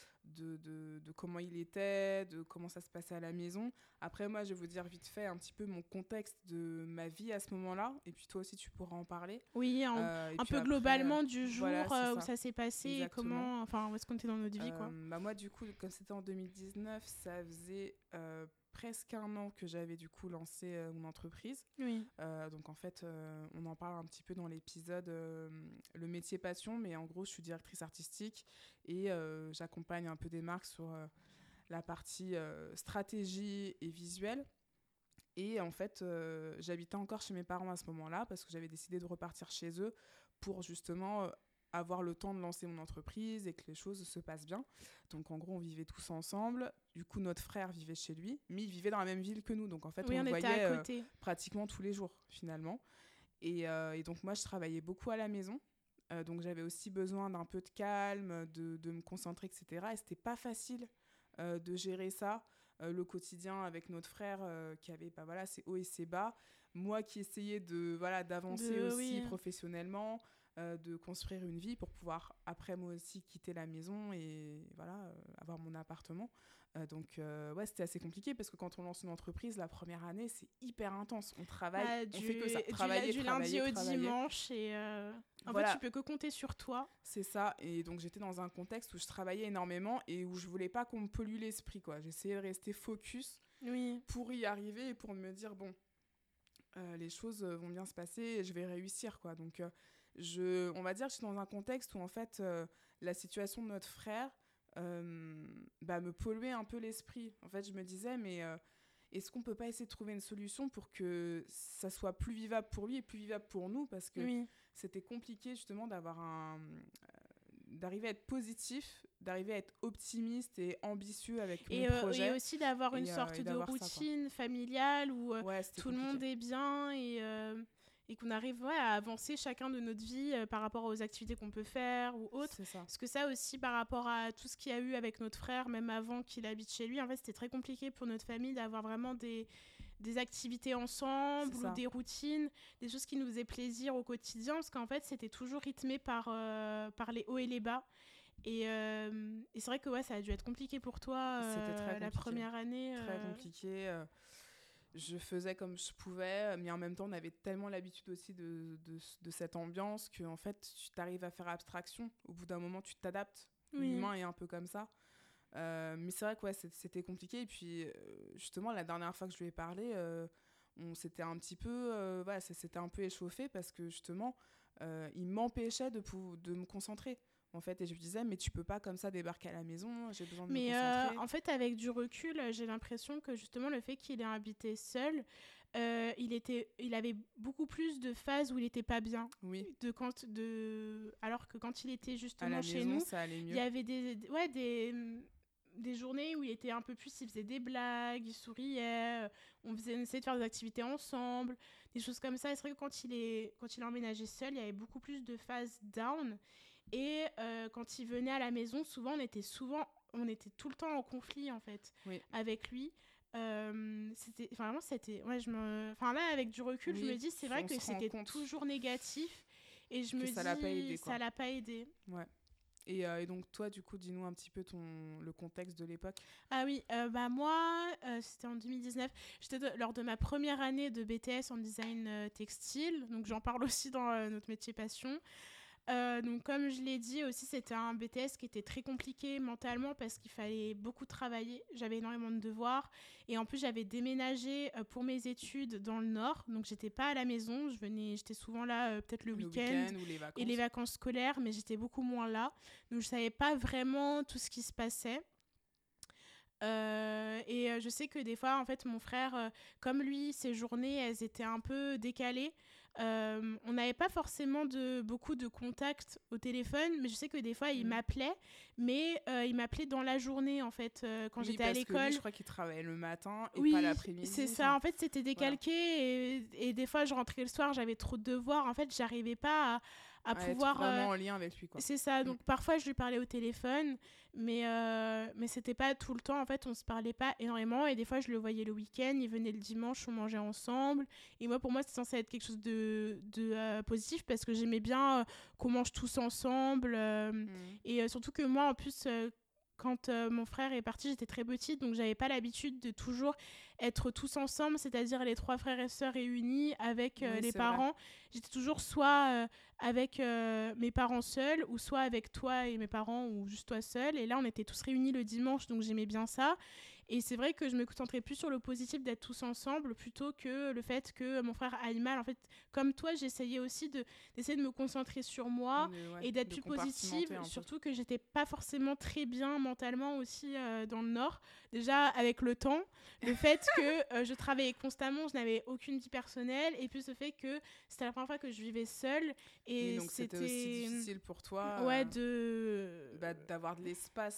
de comment il était, de comment ça se passait à la maison. Après, moi, je vais vous dire vite fait un petit peu mon contexte de ma vie à ce moment-là. Et puis, toi aussi, tu pourras en parler. Oui, un peu globalement du jour où ça s'est passé. Exactement. Et où est-ce qu'on était dans notre vie, quoi. Moi, du coup, comme c'était en 2019, ça faisait... presque 1 an que j'avais du coup lancé mon entreprise. Donc en fait, on en parle un petit peu dans l'épisode le métier passion, mais en gros, je suis directrice artistique et j'accompagne un peu des marques sur la partie stratégie et visuel. Et en fait, j'habitais encore chez mes parents à ce moment-là parce que j'avais décidé de repartir chez eux pour justement... avoir le temps de lancer mon entreprise et que les choses se passent bien. Donc, en gros, on vivait tous ensemble. Du coup, notre frère vivait chez lui, mais il vivait dans la même ville que nous. Donc, en fait, on le voyait pratiquement tous les jours, finalement. Et donc, moi, je travaillais beaucoup à la maison. Donc, j'avais aussi besoin d'un peu de calme, de me concentrer, etc. Et c'était pas facile de gérer ça, le quotidien avec notre frère qui avait ses hauts et ses bas. Moi qui essayais d'avancer aussi professionnellement, de construire une vie pour pouvoir après moi aussi quitter la maison et avoir mon appartement. Donc c'était assez compliqué parce que quand on lance une entreprise, la première année c'est hyper intense. On travaille, on fait que ça, travailler du lundi au dimanche et en fait tu peux que compter sur toi. C'est ça, et donc j'étais dans un contexte où je travaillais énormément et où je voulais pas qu'on me pollue l'esprit, quoi. J'essayais de rester focus pour y arriver et pour me dire bon, les choses vont bien se passer et je vais réussir, quoi. Donc on va dire que je suis dans un contexte où en fait la situation de notre frère me polluait un peu l'esprit. En fait, je me disais mais est-ce qu'on peut pas essayer de trouver une solution pour que ça soit plus vivable pour lui et plus vivable pour nous, parce que c'était compliqué justement d'arriver à être positif, d'arriver à être optimiste et ambitieux avec mon projet. Et aussi d'avoir une sorte de routine familiale où tout le monde est bien et qu'on arrive à avancer chacun de notre vie par rapport aux activités qu'on peut faire ou autres. Parce que ça aussi, par rapport à tout ce qu'il y a eu avec notre frère, même avant qu'il habite chez lui, en fait, c'était très compliqué pour notre famille d'avoir vraiment des activités ensemble ou des routines, des choses qui nous faisaient plaisir au quotidien, parce qu'en fait, c'était toujours rythmé par les hauts et les bas. Et c'est vrai que ça a dû être compliqué pour toi C'était très compliqué. La première année. Très compliqué. je faisais comme je pouvais, mais en même temps, on avait tellement l'habitude aussi de cette ambiance qu'en fait, tu t'arrives à faire abstraction. Au bout d'un moment, tu t'adaptes. Oui. L'humain est un peu comme ça. Mais c'est vrai que ouais, c'était compliqué. Et puis, justement, la dernière fois que je lui ai parlé, on s'était un petit peu... voilà, ça s'était un peu échauffé parce que, justement, il m'empêchait de me concentrer. En fait, et je lui disais, mais tu peux pas comme ça débarquer à la maison, j'ai besoin de me concentrer. En fait, avec du recul, j'ai l'impression que justement le fait qu'il ait habité seul, il avait beaucoup plus de phases où il était pas bien. Oui. Alors que quand il était justement chez nous, ça allait mieux. Il y avait des journées où il était un peu plus, il faisait des blagues, il souriait, on essayait de faire des activités ensemble, des choses comme ça. Et c'est vrai que quand il a emménagé seul, il y avait beaucoup plus de phases down. Et quand il venait à la maison, souvent on était tout le temps en conflit en fait, oui. Avec lui. Là, avec du recul, oui, je me dis, c'est vrai que c'était toujours négatif. Et je me dis, ça l'a pas aidé. Ouais. Et donc toi, du coup, dis-nous un petit peu le contexte de l'époque. Ah oui, moi, c'était en 2019. J'étais lors de ma première année de BTS en design textile. Donc j'en parle aussi dans notre métier passion. Donc comme je l'ai dit aussi, c'était un BTS qui était très compliqué mentalement parce qu'il fallait beaucoup travailler. J'avais énormément de devoirs et en plus j'avais déménagé pour mes études dans le nord, donc j'étais pas à la maison. J'étais souvent là peut-être le week-end ou les vacances. Et les vacances scolaires, mais j'étais beaucoup moins là. Donc je savais pas vraiment tout ce qui se passait. Je sais que des fois en fait mon frère, comme lui, ses journées elles étaient un peu décalées. On n'avait pas forcément beaucoup de contacts au téléphone, mais je sais que des fois il m'appelait, mais il m'appelait dans la journée en fait quand j'étais à l'école. Lui, je crois qu'il travaillait le matin et pas l'après-midi. C'est ça, en fait c'était décalqué. Voilà. Et des fois je rentrais le soir, j'avais trop de devoirs, en fait j'arrivais pas à pouvoir être vraiment en lien avec lui, quoi. C'est ça, donc parfois je lui parlais au téléphone, mais c'était pas tout le temps, en fait on se parlait pas énormément, et des fois je le voyais le week-end, il venait le dimanche, on mangeait ensemble, et moi pour moi c'était censé être quelque chose de positif parce que j'aimais bien qu'on mange tous ensemble, et surtout que moi en plus quand mon frère est parti, j'étais très petite, donc j'avais pas l'habitude de toujours être tous ensemble, c'est-à-dire les 3 frères et sœurs réunis avec les parents. Vrai. J'étais toujours soit avec mes parents seuls, ou soit avec toi et mes parents, ou juste toi seul. Et là, on était tous réunis le dimanche, donc j'aimais bien ça. Et c'est vrai que je me concentrais plus sur le positif d'être tous ensemble plutôt que le fait que mon frère aille mal. En fait, comme toi, j'essayais aussi d'essayer de me concentrer sur moi et d'être plus positive. Surtout que j'étais pas forcément très bien mentalement aussi dans le Nord. Déjà, avec le temps, le fait que je travaillais constamment, je n'avais aucune vie personnelle. Et puis, ce fait que c'était la première fois que je vivais seule. Et donc, c'était aussi difficile pour toi d'avoir de l'espace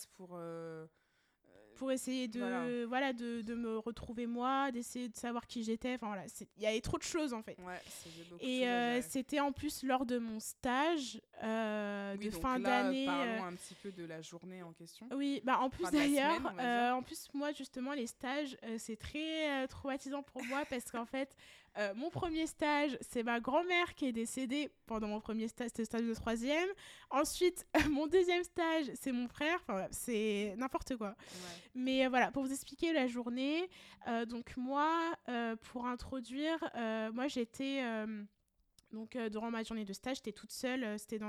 pour essayer de me retrouver moi, d'essayer de savoir qui j'étais. Enfin, voilà, il y avait trop de choses en fait. Ouais, beaucoup et de choses c'était en plus lors de mon stage de fin d'année. Parlons un petit peu de la journée en question. Oui, bah en plus d'ailleurs, en plus moi justement les stages, c'est très traumatisant pour moi parce qu'en fait mon premier stage, c'est ma grand-mère qui est décédée pendant mon premier stage, c'était le stage de 3e. Ensuite, mon deuxième stage, c'est mon frère. Enfin, c'est n'importe quoi. Ouais. Mais voilà, pour vous expliquer la journée, donc moi, pour introduire, moi j'étais... Donc, durant ma journée de stage, j'étais toute seule. C'était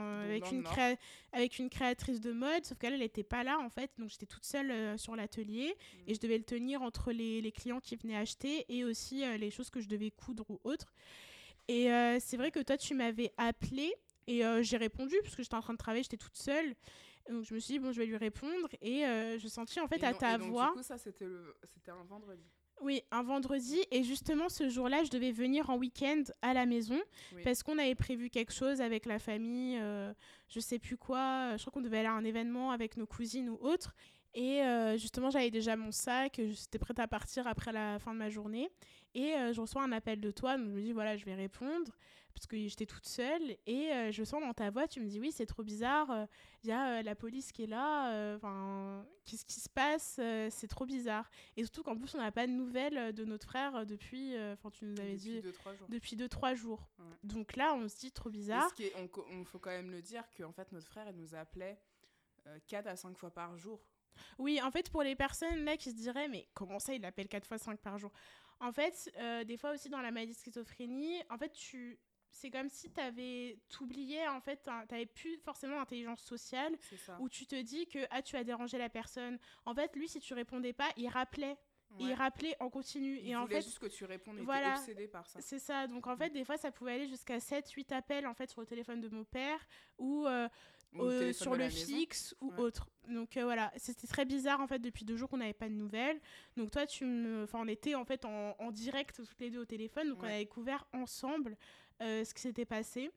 avec une créatrice de mode, sauf qu'elle n'était pas là, en fait. Donc, j'étais toute seule sur l'atelier et je devais le tenir entre les clients qui venaient acheter et aussi les choses que je devais coudre ou autres. Et c'est vrai que toi, tu m'avais appelée et j'ai répondu parce que j'étais en train de travailler, j'étais toute seule. Donc, je me suis dit, bon, je vais lui répondre et je sentis en fait ta voix. Du coup, ça, c'était un vendredi. Oui, un vendredi. Et justement, ce jour-là, je devais venir en week-end à la maison parce qu'on avait prévu quelque chose avec la famille, je sais plus quoi. Je crois qu'on devait aller à un événement avec nos cousines ou autres. Et justement, j'avais déjà mon sac, j'étais prête à partir après la fin de ma journée. Et je reçois un appel de toi, donc je me dis, voilà, je vais répondre parce que j'étais toute seule. Et je sens dans ta voix, tu me dis, oui, c'est trop bizarre, il y a la police qui est là, qu'est-ce qui se passe, c'est trop bizarre. Et surtout qu'en plus, on n'a pas de nouvelles de notre frère depuis, tu nous avais dit, depuis 2-3 jours. Ouais. Donc là, on se dit, trop bizarre. Il faut quand même le dire qu'en fait, notre frère, il nous appelait 4 à 5 fois par jour. Oui, en fait, pour les personnes là qui se diraient, mais comment ça, il appelle 4 fois 5 par jour ? En fait, des fois aussi dans la maladie de schizophrénie, en fait, c'est comme si t'oubliais, en fait, t'avais plus forcément l'intelligence sociale, où tu te dis que tu as dérangé la personne. En fait, lui, si tu répondais pas, il rappelait. Ouais. Il rappelait en continu. Il voulait juste que tu répondes, il était obsédé par ça. C'est ça. Donc, en fait, des fois, ça pouvait aller jusqu'à 7-8 appels en fait, sur le téléphone de mon père ou sur le fixe ou autre. Donc, voilà. C'était très bizarre, en fait, depuis 2 jours qu'on n'avait pas de nouvelles. Donc, toi, on était, en fait, en direct toutes les deux au téléphone. Donc, on a découvert ensemble ce qui s'était passé.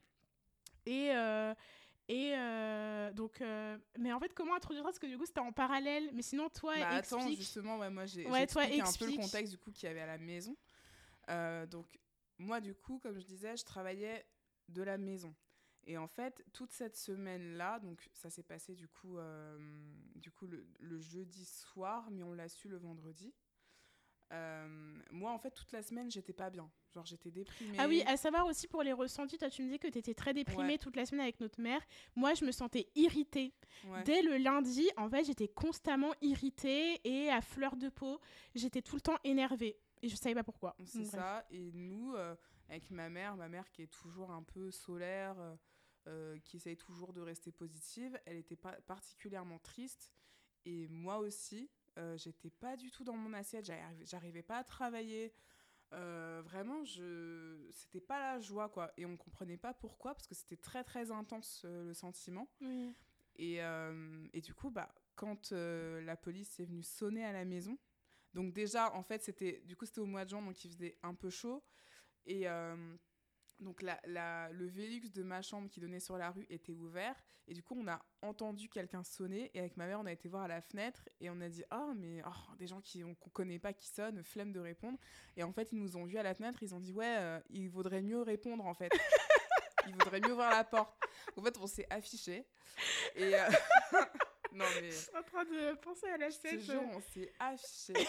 Mais en fait, comment introduire ça? Parce que du coup, c'était en parallèle. Mais sinon, toi, explique. Attends, justement, moi, j'explique un peu le contexte du coup qu'il y avait à la maison. Donc, moi, du coup, comme je disais, je travaillais de la maison. Et en fait, toute cette semaine-là, donc ça s'est passé du coup le jeudi soir, mais on l'a su le vendredi. Moi, en fait, toute la semaine, j'étais pas bien. Genre, j'étais déprimée. Ah oui, à savoir aussi pour les ressentis, toi, tu me dis que t'étais très déprimée toute la semaine avec notre mère. Moi, je me sentais irritée. Dès le lundi, en fait, j'étais constamment irritée et à fleur de peau. J'étais tout le temps énervée. Et je savais pas pourquoi. C'est ça. Et nous, avec ma mère qui est toujours un peu solaire, qui essaye toujours de rester positive, elle était particulièrement triste. Et moi aussi. J'étais pas du tout dans mon assiette, j'arrivais pas à travailler, vraiment c'était pas la joie quoi, et on comprenait pas pourquoi parce que c'était très très intense le sentiment. Et du coup quand la police est venue sonner à la maison, donc déjà en fait c'était au mois de juin, donc il faisait un peu chaud, et donc le Velux de ma chambre qui donnait sur la rue était ouvert, et du coup on a entendu quelqu'un sonner, et avec ma mère on a été voir à la fenêtre et on a dit des gens qu'on connaît pas qui sonnent, flemme de répondre, et en fait ils nous ont vus à la fenêtre, ils ont dit il vaudrait mieux répondre en fait. Il vaudrait mieux ouvrir la porte. En fait on s'est affichés et non mais je suis en train de penser à la scène. Je te jure, on s'est affichés.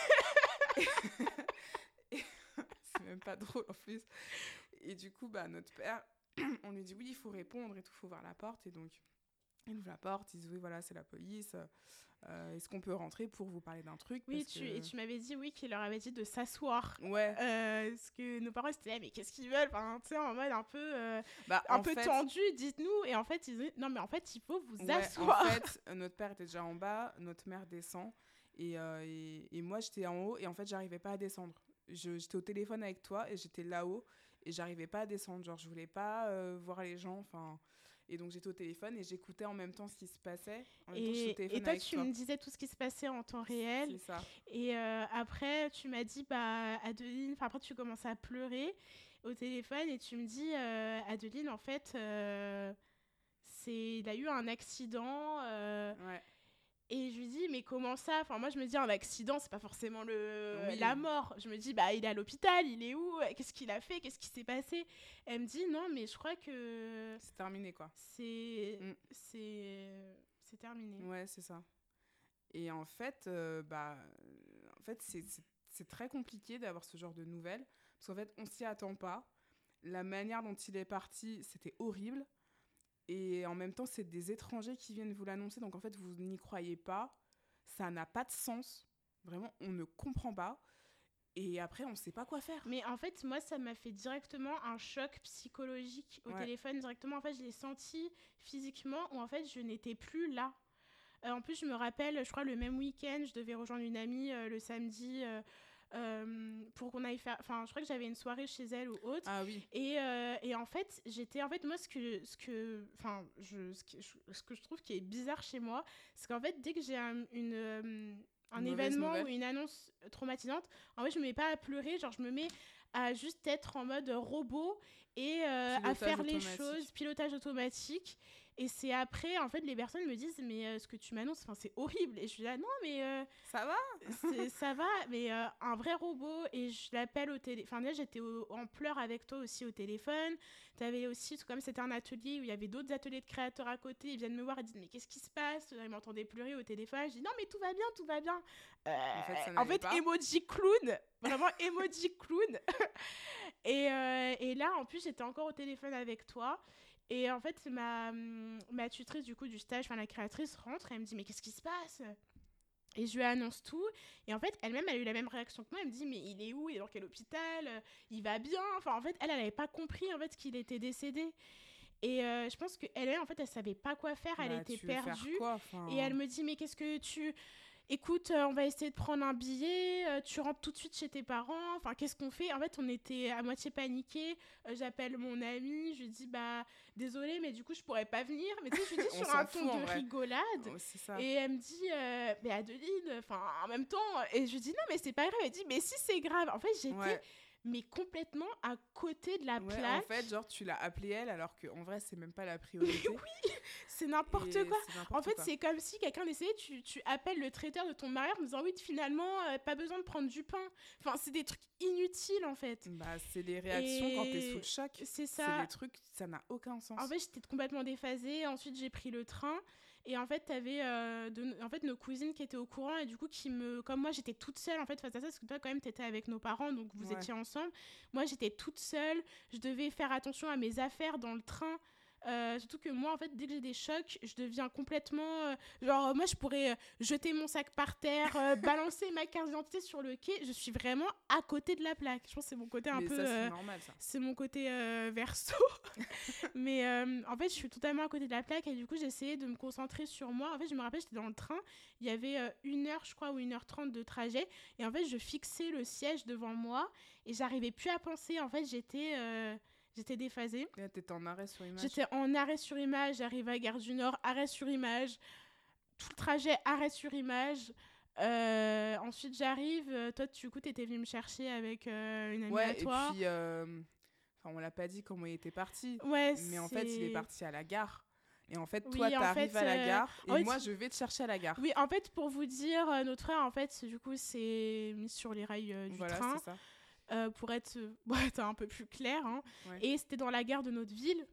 C'est même pas drôle en plus. Et du coup, notre père, on lui dit oui, il faut répondre et tout, il faut ouvrir la porte. Et donc, il ouvre la porte, il dit oui, voilà, c'est la police. Est-ce qu'on peut rentrer pour vous parler d'un truc? Oui, et tu m'avais dit qu'il leur avait dit de s'asseoir. Ouais. Parce que nos parents étaient là, mais qu'est-ce qu'ils veulent? Enfin, tu sais, en mode un peu tendu, dites-nous. Et en fait, ils disaient non, mais en fait, il faut vous asseoir. En fait, notre père était déjà en bas, notre mère descend. Et moi, j'étais en haut et en fait, j'arrivais pas à descendre. J'étais au téléphone avec toi et j'étais là-haut et j'arrivais pas à descendre. Genre, je voulais pas voir les gens. Et donc, j'étais au téléphone et j'écoutais en même temps ce qui se passait. Et toi, tu me disais tout ce qui se passait en temps réel. C'est ça. Et après, tu m'as dit, Adeline, après, tu commences à pleurer au téléphone et tu me dis, Adeline, en fait, il a eu un accident. Ouais. Et je lui dis, mais comment ça? Enfin, moi, je me dis, un accident, c'est pas forcément la mort. Je me dis, il est à l'hôpital, il est où? Qu'est-ce qu'il a fait? Qu'est-ce qui s'est passé? Elle me dit, non, mais je crois que... C'est terminé, quoi. C'est terminé. Ouais, c'est ça. Et en fait, c'est très compliqué d'avoir ce genre de nouvelles. Parce qu'en fait, on s'y attend pas. La manière dont il est parti, c'était horrible. Et en même temps, c'est des étrangers qui viennent vous l'annoncer. Donc, en fait, vous n'y croyez pas. Ça n'a pas de sens. Vraiment, on ne comprend pas. Et après, on ne sait pas quoi faire. Mais en fait, moi, ça m'a fait directement un choc psychologique au téléphone. Directement, en fait, je l'ai senti physiquement où, en fait, je n'étais plus là. En plus, je me rappelle, je crois, le même week-end, je devais rejoindre une amie le samedi... pour qu'on aille faire, enfin je crois que j'avais une soirée chez elle ou autre. Ah oui. Et en fait moi ce que je trouve qui est bizarre chez moi, c'est qu'en fait dès que j'ai un événement ou une annonce traumatisante, en fait je me mets pas à pleurer, genre je me mets à juste être en mode robot et à faire les choses, pilotage automatique. Et c'est après, en fait, les personnes me disent, mais ce que tu m'annonces, c'est horrible. Et je suis là, non, mais... ça va ça va, mais un vrai robot. Et je l'appelle au téléphone. Enfin, là, j'étais en pleurs avec toi aussi au téléphone. T'avais aussi, comme c'était un atelier où il y avait d'autres ateliers de créateurs à côté, ils viennent me voir et disent, mais qu'est-ce qui se passe? Ils m'entendaient pleurer au téléphone. Je dis, non, mais tout va bien, tout va bien. En fait, emoji clown. Vraiment, emoji clown. Et là, en plus, j'étais encore au téléphone avec toi. Et en fait, ma tutrice du coup du stage, la créatrice rentre et elle me dit, mais qu'est-ce qui se passe? Et je lui annonce tout. Et en fait, elle-même, elle a eu la même réaction que moi. Elle me dit, mais il est où? Il est dans quel hôpital? Il va bien? Enfin, en fait, elle n'avait pas compris en fait, qu'il était décédé. Et je pense qu'elle, en fait, elle savait pas quoi faire. Elle était Tu veux faire perdue. quoi, enfin... Et elle me dit, mais qu'est-ce que tu... Écoute, on va essayer de prendre un billet, tu rentres tout de suite chez tes parents, enfin, qu'est-ce qu'on fait? En fait, on était à moitié paniqués, j'appelle mon amie, je lui dis, bah, désolée, mais du coup, je pourrais pas venir, mais tu sais, je lui dis sur un ton de rigolade, et elle me dit, mais Adeline, enfin, en même temps, et je lui dis, non, mais c'est pas grave, elle dit, mais si, c'est grave. En fait, j'étais... mais complètement à côté de la plaque. En fait, genre, tu l'as appelée elle, alors qu'en vrai, c'est même pas la priorité. Mais oui, c'est n'importe quoi. En fait, c'est comme si quelqu'un essayait, tu appelles le traiteur de ton mari en me disant, oui, finalement, pas besoin de prendre du pain. Enfin, c'est des trucs inutiles, en fait. Bah, c'est les réactions quand t'es sous le choc. C'est ça. C'est des trucs, ça n'a aucun sens. En fait, j'étais complètement déphasée. Ensuite, j'ai pris le train. Et en fait, t'avais nos cousines qui étaient au courant et du coup, comme moi, j'étais toute seule en fait face à ça, parce que toi, quand même, t'étais avec nos parents, donc vous étiez ensemble. Moi, j'étais toute seule. Je devais faire attention à mes affaires dans le train. Surtout que moi, en fait, dès que j'ai des chocs, je deviens complètement... genre, moi, je pourrais jeter mon sac par terre, balancer ma carte d'identité sur le quai. Je suis vraiment à côté de la plaque. Je pense que c'est mon côté un peu... c'est normal, ça. C'est mon côté verso. Mais en fait, je suis totalement à côté de la plaque et du coup, j'essayais de me concentrer sur moi. En fait, je me rappelle, j'étais dans le train. Il y avait 1h, je crois, ou 1h30 de trajet. Et en fait, je fixais le siège devant moi et j'arrivais plus à penser. En fait, j'étais déphasée. Et t'étais en arrêt sur image? J'étais en arrêt sur image, j'arrivais à Gare du Nord, arrêt sur image. Tout le trajet, arrêt sur image. Ensuite, j'arrive. Toi, du coup, t'étais venue me chercher avec une amie à toi. Et puis, on l'a pas dit comment il était parti. Mais en fait, il est parti à la gare. Et en fait, toi, t'arrives à la gare et moi, je vais te chercher à la gare. Oui, en fait, pour vous dire, notre frère, en fait, du coup, s'est mis sur les rails du train. Voilà, c'est ça. Pour être un peu plus clair. Hein. Et c'était dans la gare de notre ville.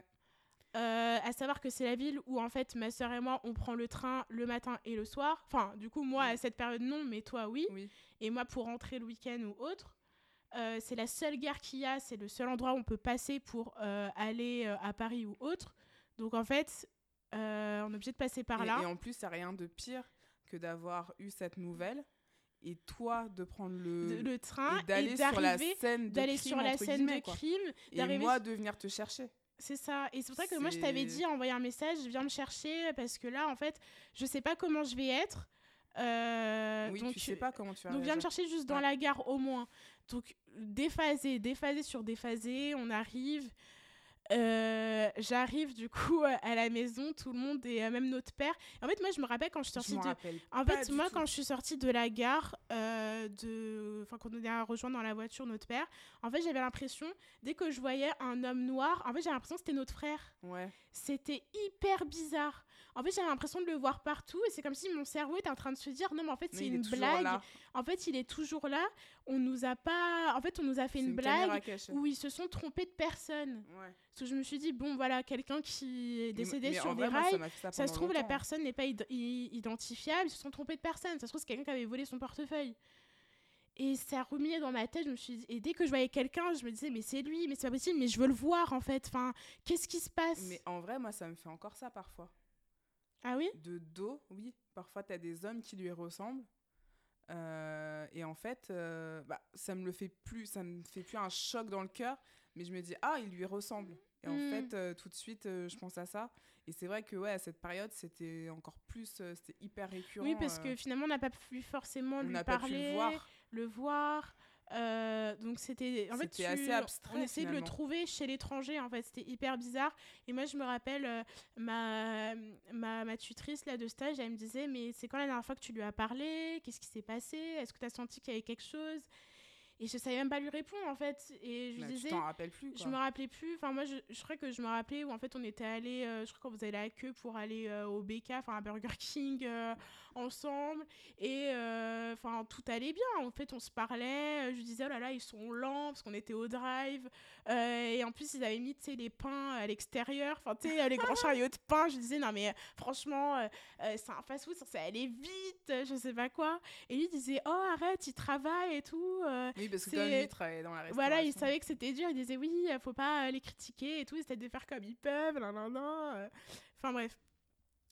À savoir que c'est la ville où, en fait, ma soeur et moi, on prend le train le matin et le soir. Enfin, du coup, moi, à cette période, non, mais toi, oui. Et moi, pour rentrer le week-end ou autre. C'est la seule gare qu'il y a, c'est le seul endroit où on peut passer pour aller à Paris ou autre. Donc, en fait, on est obligé de passer par là. Et en plus, ça n'a rien de pire que d'avoir eu cette nouvelle et toi de prendre le train et d'aller sur la scène de crime, et moi de venir te chercher. C'est ça, et c'est pour ça que moi je t'avais dit, envoyer un message, viens me chercher, parce que là en fait je sais pas comment je vais être. Donc, tu sais pas comment tu vas donc viens me chercher juste dans la gare au moins. Donc déphasé sur déphasé, on arrive. J'arrive du coup à la maison, tout le monde et même notre père. En fait, moi je me rappelle quand je suis sortie quand je suis sortie de la gare, quand on est rejoindre dans la voiture notre père, en fait j'avais l'impression, dès que je voyais un homme noir, en fait j'avais l'impression que c'était notre frère. C'était hyper bizarre. En fait, j'avais l'impression de le voir partout et c'est comme si mon cerveau était en train de se dire non, mais en fait, c'est une blague. En fait, il est toujours là. On nous a fait une blague où ils se sont trompés de personne. Parce que je me suis dit, bon, voilà, quelqu'un qui est décédé sur des rails, ça se trouve, la personne n'est pas identifiable, ils se sont trompés de personne. Ça se trouve, c'est quelqu'un qui avait volé son portefeuille. Et ça ruminait dans ma tête, je me suis dit, et dès que je voyais quelqu'un, je me disais, mais c'est lui, mais c'est pas possible, mais je veux le voir en fait. Enfin, qu'est-ce qui se passe? Mais en vrai, moi, ça me fait encore ça parfois. Ah oui? De dos, oui. Parfois, t'as des hommes qui lui ressemblent. Et en fait, ça me fait plus un choc dans le cœur, mais je me dis, ah, il lui ressemble. Et en fait, tout de suite, je pense à ça. Et c'est vrai que à cette période, c'était encore plus, c'était hyper récurrent. Oui, parce que finalement, on n'a pas pu forcément lui parler, le voir. Donc c'était assez abstrait. On essayait de le trouver chez l'étranger, en fait, c'était hyper bizarre. Et moi je me rappelle ma tutrice là de stage, elle me disait, mais c'est quand la dernière fois que tu lui as parlé, qu'est-ce qui s'est passé, est-ce que tu as senti qu'il y avait quelque chose? Et je savais même pas lui répondre en fait, et je lui disais, tu t'en rappelles plus quoi. Je me rappelais plus, enfin moi je crois que je me rappelais où en fait on était allé, je crois qu'on faisait la queue pour aller au BK, enfin à Burger King ensemble, et enfin tout allait bien, en fait on se parlait, je lui disais oh là là ils sont lents parce qu'on était au drive, et en plus ils avaient mis les pains à l'extérieur, enfin tu sais les grands chariots de pain, je disais non mais franchement c'est un fast food, ça allait vite, je sais pas quoi, et lui il disait oh arrête, il travaille et tout. Oui, parce que comme lui, il travaillait dans la restauration. Voilà, il savait que c'était dur. Il disait oui, faut pas les critiquer et tout. Ils essaient de faire comme ils peuvent. Enfin bref.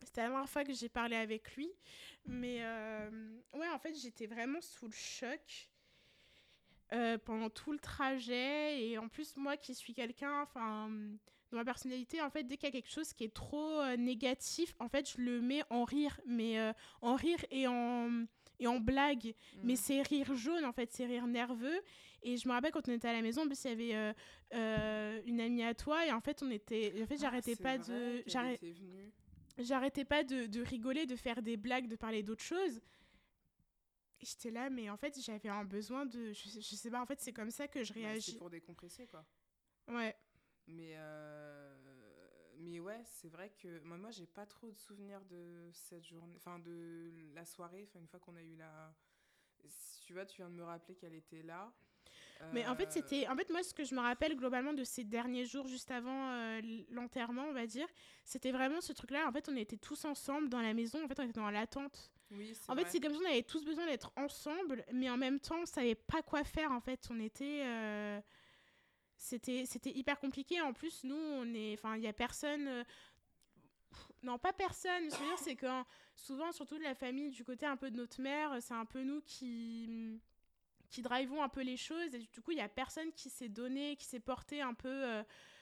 C'était la dernière fois que j'ai parlé avec lui. Mais ouais, en fait, j'étais vraiment sous le choc pendant tout le trajet. Et en plus, moi qui suis quelqu'un, enfin, dans ma personnalité, en fait, dès qu'il y a quelque chose qui est trop négatif, en fait, je le mets en rire. Mais en rire et en blague. Mais c'est rire jaune, en fait, c'est rire nerveux. Et je me rappelle quand on était à la maison, en plus, il y avait une amie à toi. Et en fait, j'arrêtais pas de... J'arrêtais pas de rigoler, de faire des blagues, de parler d'autres choses. Et j'étais là, mais en fait, j'avais un besoin de... Je sais pas, en fait, c'est comme ça que je réagis. C'est pour décompresser, quoi. Ouais. Mais ouais, c'est vrai que... Moi, j'ai pas trop de souvenirs de cette journée... Enfin, de la soirée, une fois qu'on a eu la... Tu vois, tu viens de me rappeler qu'elle était là. Mais en fait, moi, ce que je me rappelle globalement de ces derniers jours, juste avant l'enterrement, on va dire, c'était vraiment ce truc-là. En fait, on était tous ensemble dans la maison. En fait, on était dans l'attente. Oui, c'est en fait, c'est comme si on avait tous besoin d'être ensemble, mais en même temps, on savait pas quoi faire. En fait, on était... C'était hyper compliqué. En plus, nous, il y a personne... Non, pas personne. Ce que je veux dire, c'est que souvent, surtout de la famille, du côté un peu de notre mère, c'est un peu nous qui drivons un peu les choses, et du coup il y a personne qui s'est donné, qui s'est porté un peu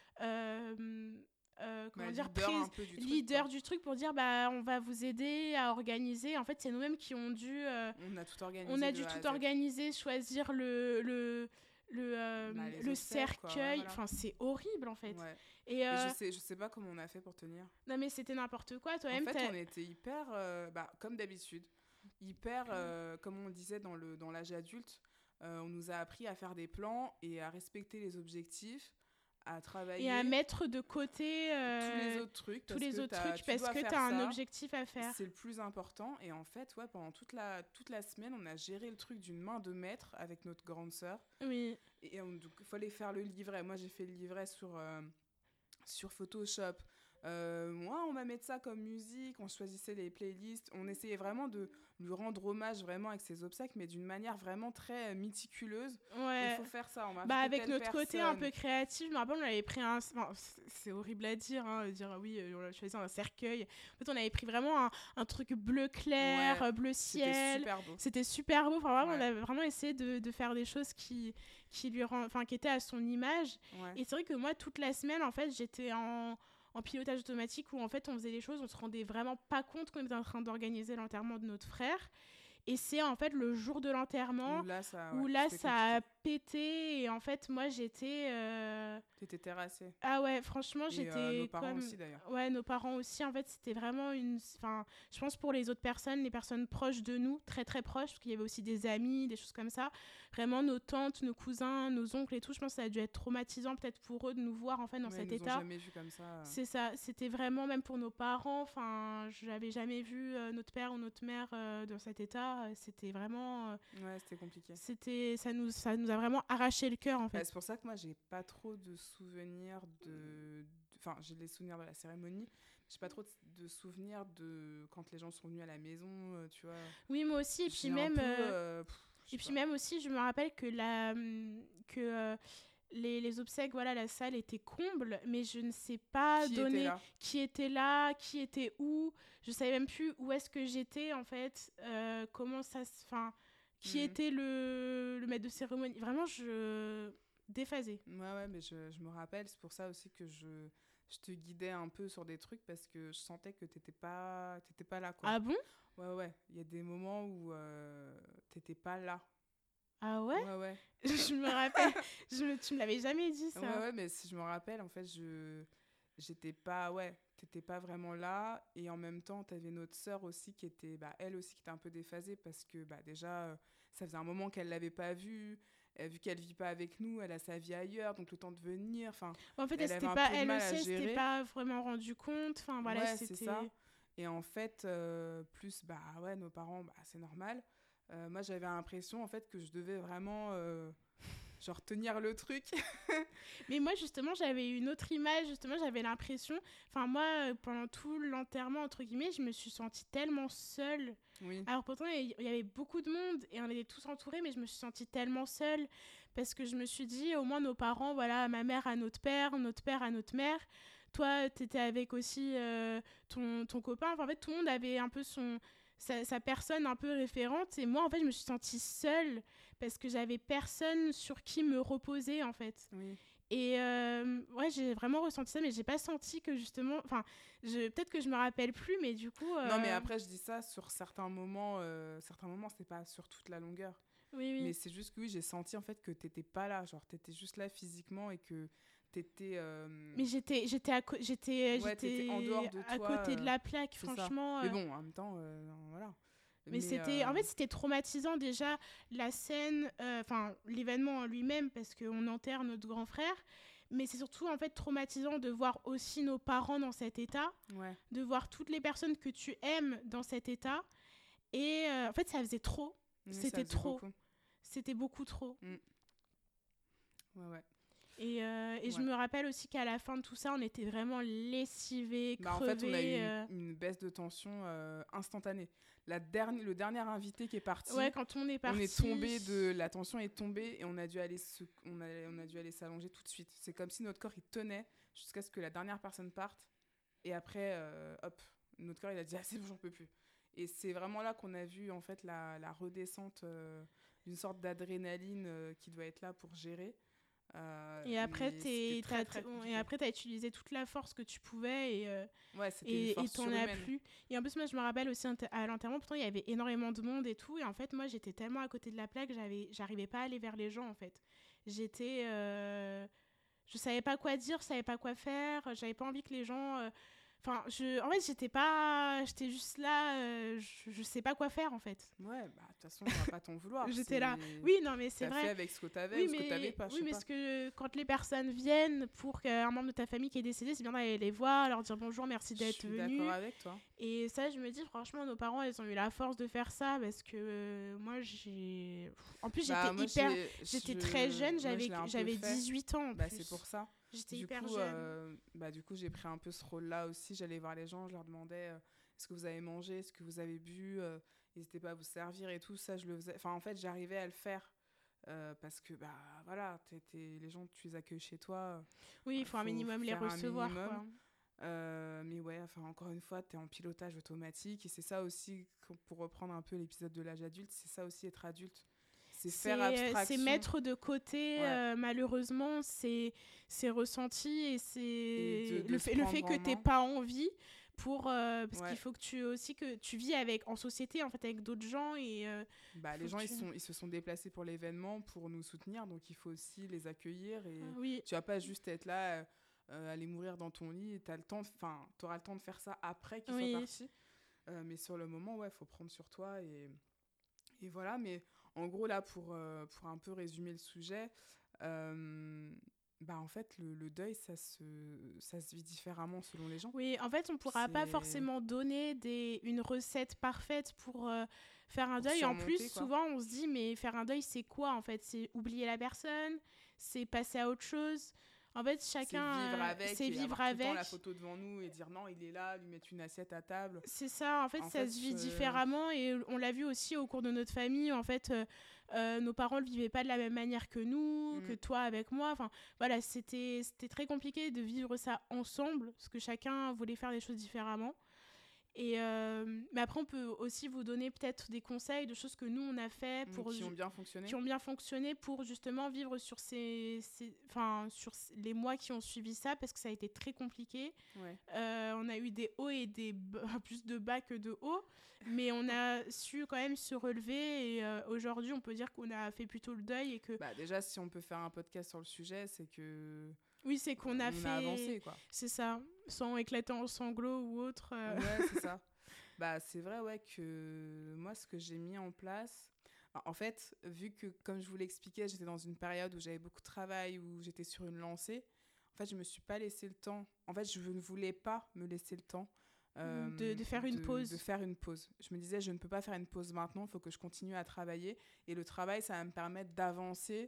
leader du truc pour dire on va vous aider à organiser. En fait, c'est nous-mêmes qui ont dû on a dû tout organiser, choisir le cercueil. Voilà. Enfin, c'est horrible en fait. Ouais. Et je sais pas comment on a fait pour tenir. Non, mais c'était n'importe quoi. Toi-même, en fait, on était hyper comme d'habitude, hyper comme on disait dans l'âge adulte. On nous a appris à faire des plans et à respecter les objectifs, à travailler. Et à mettre de côté tous les autres trucs. Parce que tu as un objectif à faire. C'est le plus important. Et en fait, ouais, pendant toute la semaine, on a géré le truc d'une main de maître avec notre grande sœur. Oui. Et donc, il fallait faire le livret. Moi, j'ai fait le livret sur Photoshop. Moi, on va mettre ça comme musique, on choisissait les playlists, on essayait vraiment de lui rendre hommage vraiment avec ses obsèques, mais d'une manière vraiment très méticuleuse. Ouais. Il faut faire ça. Avec notre côté un peu créatif, je me rappelle, on avait pris c'est horrible à dire, oui, on a choisi un cercueil. En fait, on avait pris vraiment un truc bleu clair, bleu ciel. C'était super beau. Enfin, vraiment, on avait vraiment essayé de faire des choses qui étaient à son image. Ouais. Et c'est vrai que moi, toute la semaine, en fait, j'étais en pilotage automatique où en fait on faisait les choses, on se rendait vraiment pas compte qu'on était en train d'organiser l'enterrement de notre frère. Et c'est en fait le jour de l'enterrement où là ça a pété. Et en fait, moi j'étais. T'étais terrassée. Ah ouais, franchement, j'étais. Nos parents aussi d'ailleurs. Ouais, nos parents aussi. En fait, c'était vraiment une. Enfin, je pense pour les autres personnes, les personnes proches de nous, très très proches, parce qu'il y avait aussi des amis, des choses comme ça. Vraiment, nos tantes, nos cousins, nos oncles et tout, je pense que ça a dû être traumatisant peut-être pour eux de nous voir en fait dans cet état. Ils nous ont jamais vus comme ça. C'est ça. C'était vraiment, même pour nos parents, enfin, je n'avais jamais vu notre père ou notre mère dans cet état. C'était vraiment... ouais, c'était compliqué. Ça nous a vraiment arraché le cœur, en fait. C'est pour ça que moi, j'ai pas trop de souvenirs Enfin, j'ai des souvenirs de la cérémonie. J'ai pas trop de souvenirs de quand les gens sont venus à la maison, tu vois. Oui, moi aussi. Et puis même... même aussi, je me rappelle que les obsèques, voilà, la salle était comble, mais je ne sais pas qui était là, qui était où. Je savais même plus où est-ce que j'étais, en fait, comment ça se... Enfin, qui était le maître de cérémonie. Vraiment, déphasée. Ouais, mais je me rappelle, c'est pour ça aussi que je te guidais un peu sur des trucs, parce que je sentais que t'étais pas là, quoi. Ah bon ? Ouais, il y a des moments où t'étais pas là. Ah ouais ? Ouais. Je me rappelle. Tu me l'avais jamais dit, ça. Ouais, mais si je me rappelle, en fait, j'étais pas... Ouais, t'étais pas vraiment là. Et en même temps, t'avais notre sœur aussi qui était... elle aussi qui était un peu déphasée, parce que déjà, ça faisait un moment qu'elle l'avait pas vue. Vu qu'elle vit pas avec nous, elle a sa vie ailleurs, donc le temps de venir... En fait, elle aussi, elle s'était pas vraiment rendue compte. Enfin, voilà, ouais, c'est ça. Et en fait, plus, nos parents, c'est normal. Moi, j'avais l'impression, en fait, que je devais vraiment, tenir le truc. Mais moi, justement, j'avais une autre image. Justement, j'avais l'impression... Enfin, moi, pendant tout l'enterrement, entre guillemets, je me suis sentie tellement seule. Oui. Alors, pourtant, il y avait beaucoup de monde et on était tous entourés, mais je me suis sentie tellement seule parce que je me suis dit, au moins, nos parents, voilà, ma mère à notre père à notre mère. toi, t'étais avec aussi ton copain. Enfin, en fait, tout le monde avait un peu sa personne un peu référente. Et moi, en fait, je me suis sentie seule parce que j'avais personne sur qui me reposer, en fait. Oui. Et ouais, j'ai vraiment ressenti ça, mais j'ai pas senti que justement... Enfin, peut-être que je me rappelle plus, mais du coup... Non, mais après, je dis ça sur certains moments, c'est pas sur toute la longueur. Oui, oui. Mais c'est juste que oui, j'ai senti en fait que t'étais pas là, genre t'étais juste là physiquement et que t'étais... Mais j'étais t'étais en dehors de à toi, côté de la plaque, franchement. Mais bon, en même temps, voilà. Mais en fait, c'était traumatisant déjà, la scène, enfin, l'événement en lui-même, parce qu'on enterre notre grand frère. Mais c'est surtout, en fait, traumatisant de voir aussi nos parents dans cet état, de voir toutes les personnes que tu aimes dans cet état. Et en fait, ça faisait trop. Oui, c'était trop. Beaucoup. C'était beaucoup trop. Ouais. Et je me rappelle aussi qu'à la fin de tout ça, on était vraiment lessivés, crevés. En fait, on a eu une baisse de tension instantanée. Le dernier invité qui est parti, quand on est parti, la tension est tombée et on a dû aller s'allonger tout de suite. C'est comme si notre corps il tenait jusqu'à ce que la dernière personne parte et après, hop, notre corps il a dit c'est bon, j'en peux plus. Et c'est vraiment là qu'on a vu en fait la redescente d'une sorte d'adrénaline qui doit être là pour gérer. Et après, t'as utilisé toute la force que tu pouvais et t'en as plus. Et en plus, moi, je me rappelle aussi à l'enterrement, pourtant, il y avait énormément de monde et tout. Et en fait, moi, j'étais tellement à côté de la plaque, j'arrivais pas à aller vers les gens, en fait. Je savais pas quoi dire, je savais pas quoi faire. J'avais pas envie que les gens... Enfin, en fait, j'étais juste là, je sais pas quoi faire, en fait. Ouais, bah, de toute façon, on va pas t'en vouloir. J'étais là. Oui, non, mais c'est vrai. T'as fait avec ce que t'avais ou ce que t'avais pas, oui, mais parce que quand les personnes viennent pour qu'un membre de ta famille qui est décédé, c'est bien d'aller les voir, leur dire bonjour, merci d'être venu. Je suis d'accord avec toi. Et ça, je me dis, franchement, nos parents, ils ont eu la force de faire ça parce que moi, En plus, j'étais très jeune, j'avais 18 ans. En plus. C'est pour ça. J'étais hyper jeune. Du coup, j'ai pris un peu ce rôle-là aussi. J'allais voir les gens, je leur demandais est-ce que vous avez mangé, est-ce que vous avez bu, n'hésitez pas à vous servir et tout. Ça, je le faisais. Enfin, en fait, j'arrivais à le faire parce que, voilà, les gens, tu les accueilles chez toi. Oui, il faut un minimum les recevoir. Quoi. Mais ouais, enfin, encore une fois, tu es en pilotage automatique. Et c'est ça aussi, pour reprendre un peu l'épisode de l'âge adulte, c'est ça aussi être adulte. C'est mettre de côté, malheureusement, c'est ressenti et c'est le fait que tu n'aies pas envie parce qu'il faut que tu vis en société en fait avec d'autres gens et les gens ils se sont déplacés pour l'événement pour nous soutenir, donc il faut aussi les accueillir et tu vas pas juste être là aller mourir dans ton lit et t'auras le temps de faire ça après qu'ils soient partis, mais sur le moment faut prendre sur toi et voilà. Mais en gros, là, pour un peu résumer le sujet, en fait, le deuil, ça se vit différemment selon les gens. Oui, en fait, on ne pourra pas forcément donner une recette parfaite pour faire un deuil. En plus, souvent, on se dit, mais faire un deuil, c'est quoi, en fait ? C'est oublier la personne, c'est passer à autre chose. En fait, chacun... C'est vivre avec. Tout le temps la photo devant nous et dire non, il est là, lui mettre une assiette à table. C'est ça, en fait, ça se vit différemment et on l'a vu aussi au cours de notre famille. En fait, nos parents ne le vivaient pas de la même manière que nous, que toi avec moi. Enfin, voilà, c'était très compliqué de vivre ça ensemble parce que chacun voulait faire les choses différemment. Mais après, on peut aussi vous donner peut-être des conseils de choses que nous, on a fait qui ont bien fonctionné pour justement vivre sur sur les mois qui ont suivi ça parce que ça a été très compliqué. On a eu des hauts et plus de bas que de hauts, mais on a su quand même se relever et aujourd'hui, on peut dire qu'on a fait plutôt le deuil et que... déjà, si on peut faire un podcast sur le sujet, c'est que... Oui, c'est qu'on a avancé, quoi. C'est ça, sans éclater en sanglots ou autre. Ouais, c'est ça. C'est vrai, que moi, ce que j'ai mis en place... En fait, vu que, comme je vous l'expliquais, j'étais dans une période où j'avais beaucoup de travail, où j'étais sur une lancée, en fait, je me suis pas laissé le temps. En fait, je ne voulais pas me laisser le temps de faire une pause. De faire une pause. Je me disais, je ne peux pas faire une pause maintenant, il faut que je continue à travailler. Et le travail, ça va me permettre d'avancer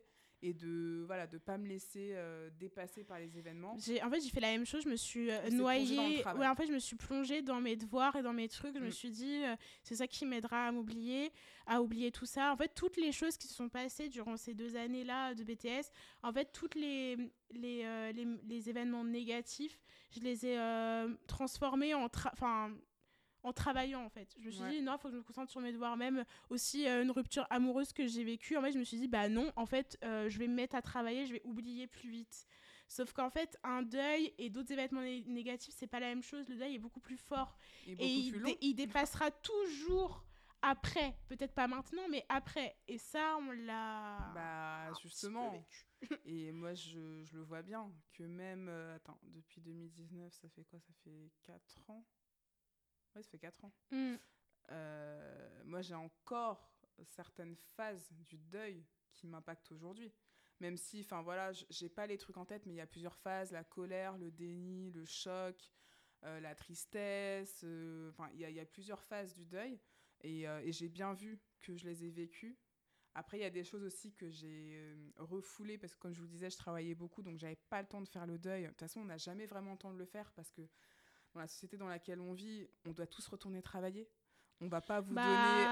et de pas me laisser dépasser par les événements. J'ai fait la même chose, je me suis noyée. Ouais, en fait, je me suis plongée dans mes devoirs et dans mes trucs. Je me suis dit, c'est ça qui m'aidera à oublier tout ça. En fait, toutes les choses qui se sont passées durant ces 2 années-là de BTS, en fait, toutes les événements négatifs, je les ai transformés en travaillant, en fait. Je me suis dit, non, il faut que je me concentre sur mes devoirs. Même aussi, une rupture amoureuse que j'ai vécue, en fait, je me suis dit, bah non, en fait, je vais me mettre à travailler, je vais oublier plus vite. Sauf qu'en fait, un deuil et d'autres événements négatifs, c'est pas la même chose. Le deuil est beaucoup plus fort. Il dépassera toujours après. Peut-être pas maintenant, mais après. Et ça, on l'a... Bah, justement. Et moi, je le vois bien. Que même... depuis 2019, ça fait quoi ? Ça fait 4 ans ? Ouais, ça fait 4 ans. Moi, j'ai encore certaines phases du deuil qui m'impactent aujourd'hui. Même si, enfin voilà, j'ai pas les trucs en tête, mais il y a plusieurs phases, la colère, le déni, le choc, la tristesse. Enfin, il y a plusieurs phases du deuil. Et j'ai bien vu que je les ai vécues. Après, il y a des choses aussi que j'ai refoulées parce que, comme je vous le disais, je travaillais beaucoup, donc j'avais pas le temps de faire le deuil. De toute façon, on n'a jamais vraiment le temps de le faire parce que dans la société dans laquelle on vit, on doit tous retourner travailler. On va pas vous donner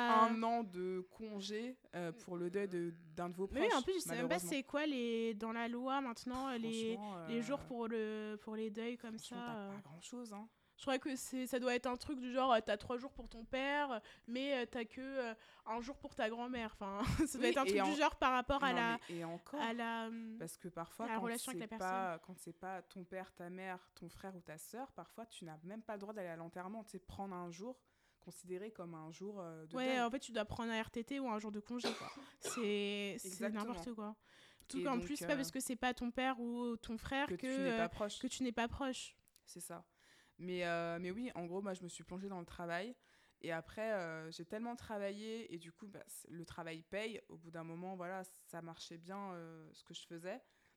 1 an de congé pour le deuil d'un de vos proches. Mais oui, en plus, je sais même pas c'est quoi dans la loi maintenant les jours pour les deuils comme ça. T'as pas grand-chose, hein. Je crois que ça doit être un truc du genre, t'as 3 jours pour ton père, mais t'as que 1 jour pour ta grand-mère. Enfin, ça doit être un truc du genre par rapport à la... Et encore, parce que parfois, relation avec la personne. Quand c'est pas ton père, ta mère, ton frère ou ta sœur, parfois, tu n'as même pas le droit d'aller à l'enterrement. Tu sais, prendre un jour considéré comme un jour de deuil. En fait, tu dois prendre un RTT ou un jour de congé, quoi. C'est n'importe quoi. Tout qu'en plus, c'est pas parce que c'est pas ton père ou ton frère que tu n'es pas proche. C'est ça. Mais oui, en gros, moi, je me suis plongée dans le travail. Et après, j'ai tellement travaillé. Et du coup, le travail paye. Au bout d'un moment, voilà, ça marchait bien ce que je faisais.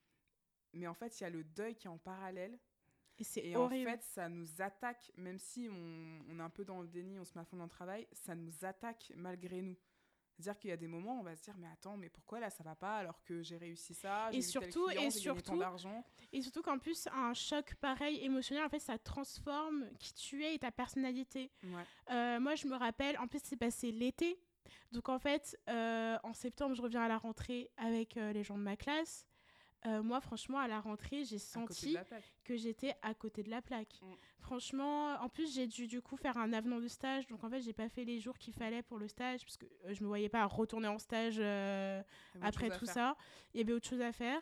Mais en fait, il y a le deuil qui est en parallèle. Et c'est horrible. En fait, ça nous attaque. Même si on est un peu dans le déni, on se met à fond dans le travail, ça nous attaque malgré nous. C'est-à-dire qu'il y a des moments où on va se dire mais attends, mais pourquoi là ça va pas alors que j'ai réussi ça, j'ai eu tel client, j'ai gagné tant d'argent. Et surtout qu'en plus un choc pareil émotionnel, en fait ça transforme qui tu es et ta personnalité. Moi je me rappelle, en plus c'est passé l'été, donc en fait en septembre je reviens à la rentrée avec les gens de ma classe. Moi, franchement, à la rentrée, j'ai senti que j'étais à côté de la plaque. Franchement, en plus, j'ai dû du coup faire un avenant de stage. Donc, en fait, j'ai pas fait les jours qu'il fallait pour le stage parce que je me voyais pas retourner en stage après tout ça. Il y avait autre chose à faire.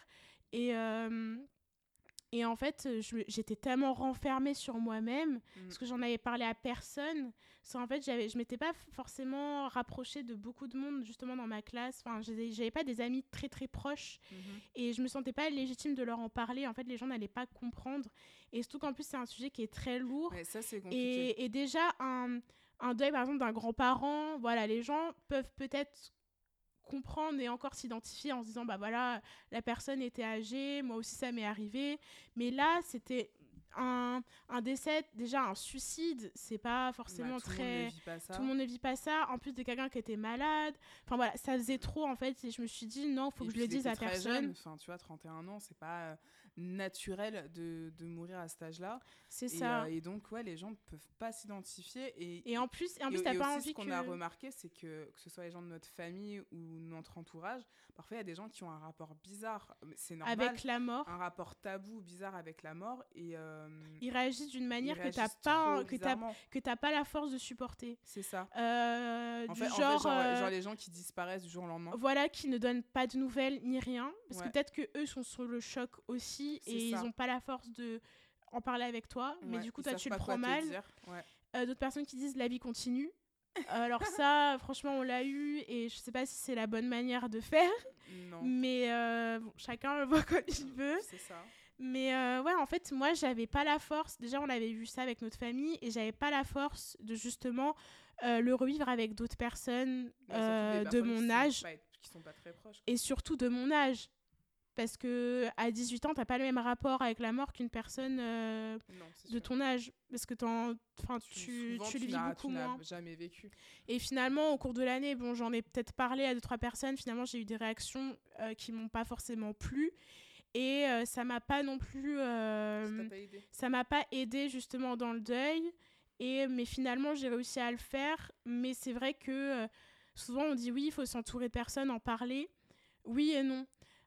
Et en fait, j'étais tellement renfermée sur moi-même parce que j'en avais parlé à personne. En fait, je m'étais pas forcément rapprochée de beaucoup de monde justement dans ma classe. Enfin, j'avais pas des amis très très proches et je me sentais pas légitime de leur en parler. En fait, les gens n'allaient pas comprendre. Et surtout qu'en plus, c'est un sujet qui est très lourd. Ouais, ça, c'est compliqué. Et déjà, un deuil, par exemple, d'un grand-parent, voilà, les gens peuvent peut-être comprendre et encore s'identifier en se disant bah voilà, la personne était âgée, moi aussi ça m'est arrivé, mais là c'était un décès, déjà un suicide, c'est pas forcément tout le monde ne vit pas ça, en plus de quelqu'un qui était malade, enfin voilà, ça faisait trop en fait et je me suis dit non, faut que je le dise à personne. Enfin tu vois, 31 ans, c'est pas naturel de mourir à cet âge-là. C'est ça. Et donc, ouais, les gens ne peuvent pas s'identifier. Et en plus t'as pas envie ce qu'on a remarqué, c'est que ce soit les gens de notre famille ou notre entourage, parfois, il y a des gens qui ont un rapport bizarre. C'est normal. Avec la mort. Un rapport tabou, bizarre avec la mort. Et ils réagissent d'une manière que t'as pas la force de supporter. C'est ça. En fait, genre les gens qui disparaissent du jour au lendemain. Voilà, qui ne donnent pas de nouvelles ni rien. Parce que peut-être qu'eux sont sur le choc aussi et ils n'ont pas la force de en parler avec toi. Mais du coup, toi, tu le prends mal. D'autres personnes qui disent la vie continue. Alors ça, franchement, on l'a eu et je sais pas si c'est la bonne manière de faire. Non. Mais chacun le voit comme il veut. C'est ça. Mais ouais, en fait, moi, j'avais pas la force. Déjà, on avait vu ça avec notre famille et j'avais pas la force de justement le revivre avec d'autres personnes de mon âge. Qui sont pas très proches. Et surtout de mon âge. parce qu'à 18 ans, tu n'as pas le même rapport avec la mort qu'une personne de ton âge. Parce que tu le vis beaucoup moins. Jamais vécu. Et finalement, au cours de l'année, bon, j'en ai peut-être parlé à 2-3 personnes. Finalement, j'ai eu des réactions qui ne m'ont pas forcément plu. Et ça m'a pas non plus... ça m'a pas aidé justement dans le deuil. Mais finalement, j'ai réussi à le faire. Mais c'est vrai que souvent, on dit oui, il faut s'entourer de personnes, en parler. Oui et non.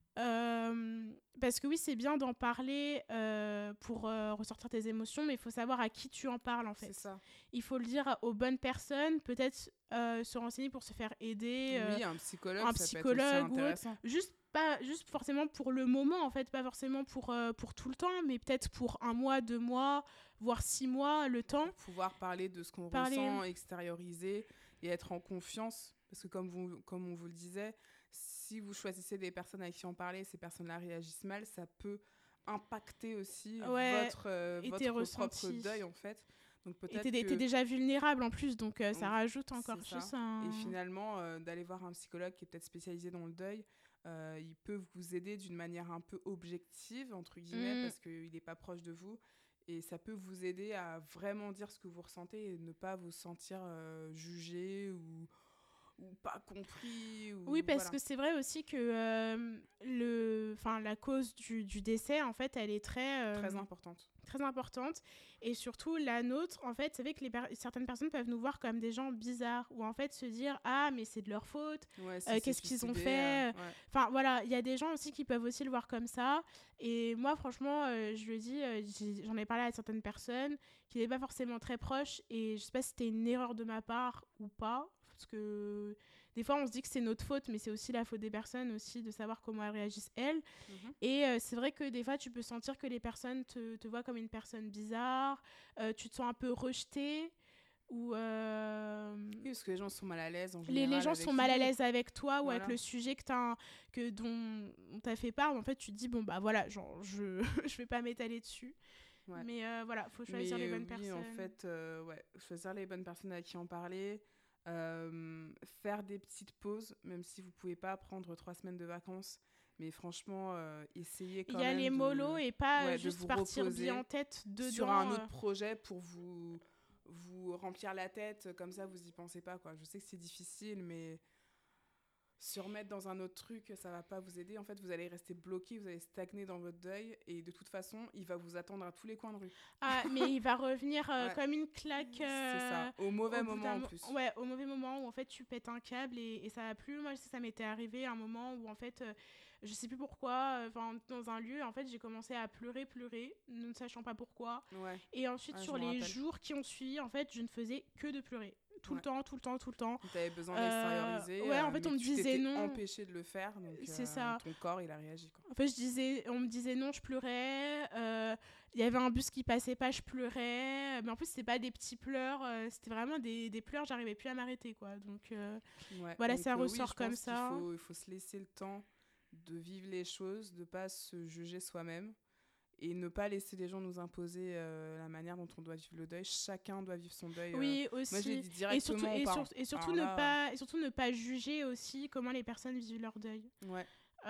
Parce que oui, c'est bien d'en parler pour ressortir tes émotions, mais il faut savoir à qui tu en parles en fait. C'est ça. Il faut le dire aux bonnes personnes, peut-être se renseigner pour se faire aider. Oui, un psychologue, ça peut être aussi intéressant. Pas juste forcément pour le moment en fait, pas forcément pour tout le temps, mais peut-être pour 1 mois, 2 mois, voire 6 mois, le temps. Pour pouvoir parler de ce qu'on ressent, extérioriser et être en confiance. Parce que comme on vous le disait, si vous choisissez des personnes avec qui en parler, ces personnes-là réagissent mal, ça peut impacter aussi votre propre deuil en fait. Donc peut-être t'es déjà vulnérable en plus, donc ça rajoute encore plus Et finalement, d'aller voir un psychologue qui est peut-être spécialisé dans le deuil, il peut vous aider d'une manière un peu objective, entre guillemets, parce qu'il n'est pas proche de vous. Et ça peut vous aider à vraiment dire ce que vous ressentez et ne pas vous sentir jugé ou pas compris. Oui, parce que c'est vrai aussi que la cause du décès, en fait, elle est très importante. Très importante. Et surtout, la nôtre, en fait, c'est vrai que certaines personnes peuvent nous voir comme des gens bizarres, ou en fait se dire « Ah, mais c'est de leur faute, qu'est-ce qu'ils ont fait ?» Enfin, voilà, il y a des gens aussi qui peuvent aussi le voir comme ça. Et moi, franchement, je le dis, j'en ai parlé à certaines personnes qui n'étaient pas forcément très proches, et je sais pas si c'était une erreur de ma part ou pas, parce que des fois on se dit que c'est notre faute, mais c'est aussi la faute des personnes aussi de savoir comment elles réagissent elles. Et c'est vrai que des fois tu peux sentir que les personnes te voient comme une personne bizarre, tu te sons un peu rejeté, ou oui, parce que les gens sont mal à l'aise en général. Les gens sont mal à l'aise avec toi ou avec le sujet dont on t'a fait part. En fait tu te dis bon bah voilà, genre je vais pas m'étaler dessus. Mais voilà, faut choisir les bonnes personnes. En fait, choisir les bonnes personnes à qui en parler. Faire des petites pauses, même si vous pouvez pas prendre 3 semaines de vacances, mais franchement essayez quand même. Il y a les mollo et pas juste partir bien en tête dedans sur un autre projet pour vous remplir la tête, comme ça vous y pensez pas quoi. Je sais que c'est difficile, mais se remettre dans un autre truc, ça va pas vous aider. En fait, vous allez rester bloqué, vous allez stagner dans votre deuil, et de toute façon, il va vous attendre à tous les coins de rue. Ah, mais il va revenir comme une claque. C'est ça, au mauvais moment en plus. Ouais, au mauvais moment où en fait tu pètes un câble et ça va plus. Moi, ça m'était arrivé à un moment où en fait, je sais plus pourquoi, dans un lieu, en fait, j'ai commencé à pleurer, ne sachant pas pourquoi. Ouais. Et ensuite, sur les jours qui ont suivi, en fait, je ne faisais que de pleurer. Tout le temps. Tu avais besoin d'extérioriser. Ouais, en fait, on me disait non. Empêché de le faire, donc c'est ça. Ton corps, il a réagi, quoi. En fait, on me disait non, je pleurais. Il y avait un bus qui passait pas, je pleurais. Mais en plus, c'était pas des petits pleurs, c'était vraiment des pleurs, j'arrivais plus à m'arrêter, quoi. Donc, voilà, donc, ça ressort comme ça. Il faut se laisser le temps de vivre les choses, de pas se juger soi-même. Et ne pas laisser les gens nous imposer la manière dont on doit vivre le deuil. Chacun doit vivre son deuil. Oui, aussi. Moi, je l'ai dit directement et surtout ne pas juger aussi comment les personnes vivent leur deuil. Ouais.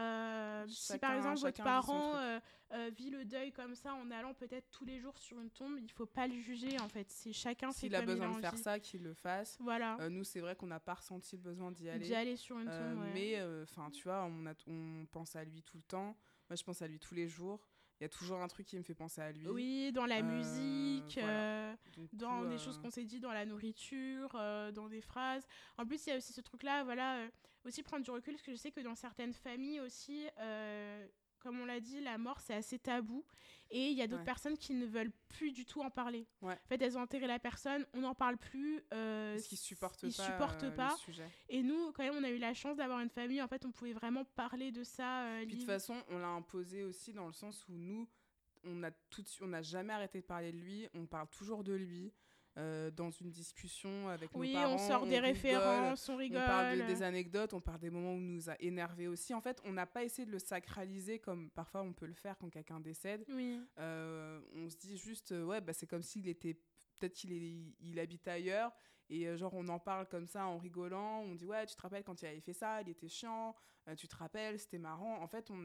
Si par exemple votre parent vit le deuil comme ça en allant peut-être tous les jours sur une tombe, il faut pas le juger en fait. C'est chacun fait comme il a besoin de faire ça, qu'il le fasse. Voilà. Nous, c'est vrai qu'on n'a pas ressenti le besoin d'y aller. D'y aller sur une tombe. Mais tu vois, on pense à lui tout le temps. Moi, je pense à lui tous les jours. Il y a toujours un truc qui me fait penser à lui. Oui, dans la musique, voilà. dans des choses qu'on s'est dit, dans la nourriture, dans des phrases. En plus, il y a aussi ce truc-là, voilà, aussi prendre du recul, parce que je sais que dans certaines familles aussi, comme on l'a dit, la mort, c'est assez tabou. Et il y a d'autres personnes qui ne veulent plus du tout en parler. Ouais. En fait, elles ont enterré la personne, on n'en parle plus. Parce qu'ils supportent pas le sujet. Et nous, quand même, on a eu la chance d'avoir une famille. En fait, on pouvait vraiment parler de ça. Puis de toute façon, on l'a imposé aussi dans le sens où nous, on n'a jamais arrêté de parler de lui. On parle toujours de lui. Dans une discussion avec nos parents. Oui, on sort des références, on rigole. On parle des anecdotes, on parle des moments où on nous a énervés aussi. En fait, on n'a pas essayé de le sacraliser comme parfois on peut le faire quand quelqu'un décède. Oui. On se dit juste, c'est comme s'il était... Peut-être qu'il habite ailleurs Et genre, on en parle comme ça en rigolant. On dit, ouais, tu te rappelles quand il avait fait ça, il était chiant. Tu te rappelles, c'était marrant. En fait,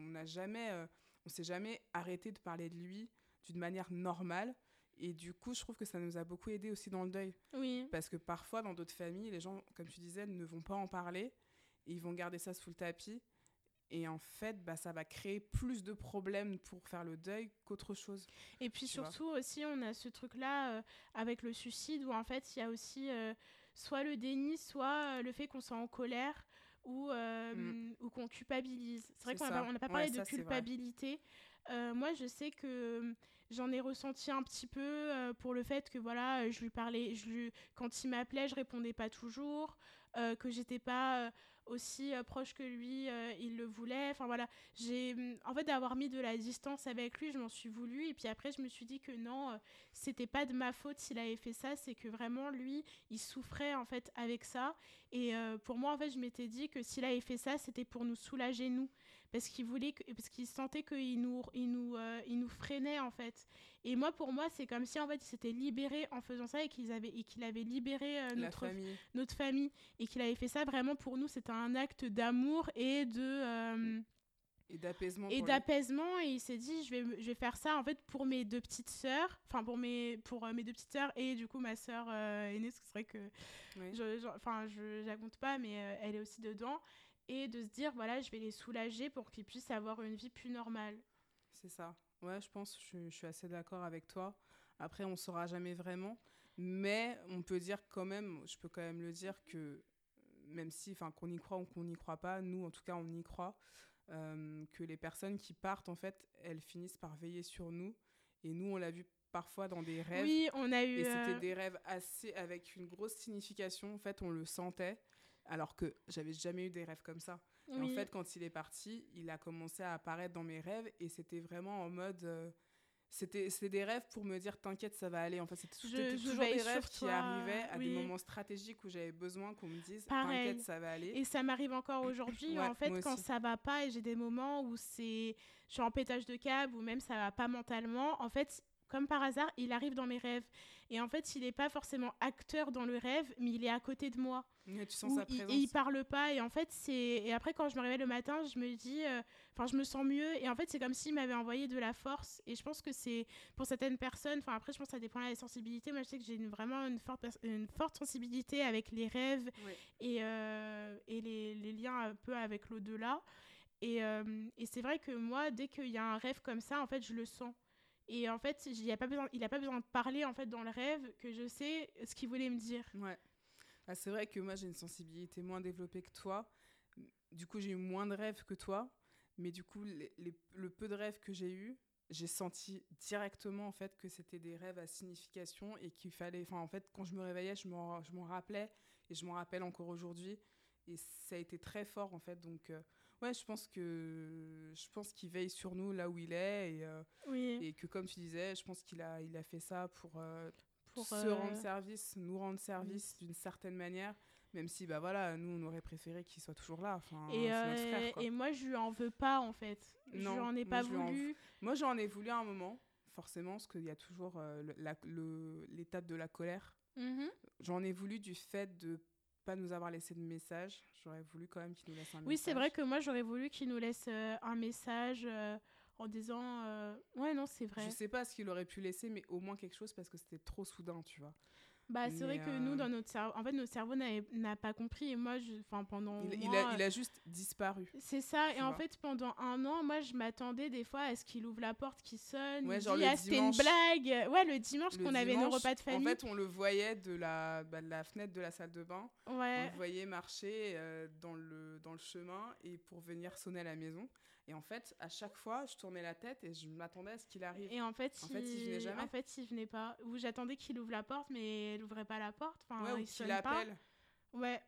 on s'est jamais arrêté de parler de lui d'une manière normale. Et du coup, je trouve que ça nous a beaucoup aidé aussi dans le deuil. Oui. Parce que parfois, dans d'autres familles, les gens, comme tu disais, ne vont pas en parler. Et ils vont garder ça sous le tapis. Et en fait, ça va créer plus de problèmes pour faire le deuil qu'autre chose. Et puis surtout aussi, on a ce truc-là avec le suicide où en fait, il y a aussi soit le déni, soit le fait qu'on soit en colère ou qu'on culpabilise. C'est vrai qu'on n'a pas parlé de culpabilité. Moi, je sais que j'en ai ressenti un petit peu pour le fait que voilà, je lui parlais, quand il m'appelait, je répondais pas toujours, que j'étais pas aussi proche que lui, il le voulait. Enfin voilà, en fait d'avoir mis de la distance avec lui, je m'en suis voulu. Et puis après, je me suis dit que non, c'était pas de ma faute s'il avait fait ça, c'est que vraiment lui, il souffrait en fait avec ça. Et pour moi, en fait, je m'étais dit que s'il avait fait ça, c'était pour nous soulager nous. Parce qu'il sentait qu'il nous freinait en fait. Et moi, pour moi, c'est comme si en fait il s'était libéré en faisant ça et qu'il avait libéré notre famille et qu'il avait fait ça vraiment pour nous. C'était un acte d'amour et d'apaisement. Et il s'est dit je vais faire ça en fait pour mes deux petites sœurs, enfin pour mes deux petites sœurs et du coup ma sœur aînée, parce que c'est vrai que je la compte pas, mais elle est aussi dedans. Et de se dire, voilà, je vais les soulager pour qu'ils puissent avoir une vie plus normale. C'est ça. Ouais, je suis assez d'accord avec toi. Après, on ne saura jamais vraiment. Mais on peut dire quand même, je peux quand même le dire que même si, qu'on y croit ou qu'on n'y croit pas, nous, en tout cas, on y croit, que les personnes qui partent, en fait, elles finissent par veiller sur nous. Et nous, on l'a vu parfois dans des rêves. Oui, on a eu... Et c'était des rêves avec une grosse signification. En fait, on le sentait. Alors que j'avais jamais eu des rêves comme ça. Oui. Et en fait, quand il est parti, il a commencé à apparaître dans mes rêves et c'était vraiment en mode... C'était des rêves pour me dire t'inquiète, ça va aller. En fait, c'était toujours des rêves qui arrivaient à des moments stratégiques où j'avais besoin qu'on me dise t'inquiète, ça va aller. Et ça m'arrive encore aujourd'hui. En fait, quand ça va pas et j'ai des moments où je suis en pétage de câble ou même ça va pas mentalement, en fait, comme par hasard, il arrive dans mes rêves. Et en fait, il n'est pas forcément acteur dans le rêve, mais il est à côté de moi. Mais tu sens sa présence. Et il parle pas. Et en fait, et après, quand je me réveille le matin, je me dis... je me sens mieux. Et en fait, c'est comme s'il m'avait envoyé de la force. Et je pense que c'est... Pour certaines personnes... Après, je pense que ça dépend de la sensibilité. Moi, je sais que j'ai vraiment une forte sensibilité avec les rêves et les liens un peu avec l'au-delà. Et c'est vrai que moi, dès qu'il y a un rêve comme ça, en fait, je le sens. Et en fait, il n'a pas besoin de parler en fait, dans le rêve, que je sais ce qu'il voulait me dire. Ouais. C'est vrai que moi, j'ai une sensibilité moins développée que toi. Du coup, j'ai eu moins de rêves que toi. Mais du coup, le peu de rêves que j'ai eu, j'ai senti directement en fait, que c'était des rêves à signification et qu'il fallait... en fait, quand je me réveillais, je m'en rappelais et je m'en rappelle encore aujourd'hui. Et ça a été très fort, en fait. Donc... ouais, je pense qu'il veille sur nous là où il est et que, comme tu disais, je pense qu'il a fait ça pour se rendre service, nous rendre service d'une certaine manière, même si, nous, on aurait préféré qu'il soit toujours là. Et, c'est notre frère, quoi. Et moi, je lui en veux pas, en fait. Non, je lui en ai pas voulu. Moi, j'en ai voulu à un moment, forcément, parce qu'il y a toujours l'étape de la colère. Mm-hmm. J'en ai voulu du fait de pas nous avoir laissé de message. J'aurais voulu quand même qu'il nous laisse un message. Oui, c'est vrai que moi, j'aurais voulu qu'il nous laisse un message en disant... Ouais, non, c'est vrai. Je sais pas ce qu'il aurait pu laisser, mais au moins quelque chose, parce que c'était trop soudain, tu vois. C'est vrai que nous, dans notre cerveau... En fait, notre cerveau n'a pas compris. Et moi, pendant il a juste disparu. C'est ça. Et en fait, pendant un an, moi, je m'attendais des fois à ce qu'il ouvre la porte qui sonne. Ouais, genre c'était une blague. Ouais, le dimanche qu'on avait nos repas de famille. En fait, on le voyait de la fenêtre de la salle de bain. Ouais. On le voyait marcher dans le chemin et pour venir sonner à la maison. Et en fait, à chaque fois, je tournais la tête et je m'attendais à ce qu'il arrive. Et en fait, il venait jamais. En fait, il venait pas. Ou j'attendais qu'il ouvre la porte, mais il ouvrait pas la porte. Ou qu'il appelle. Ouais.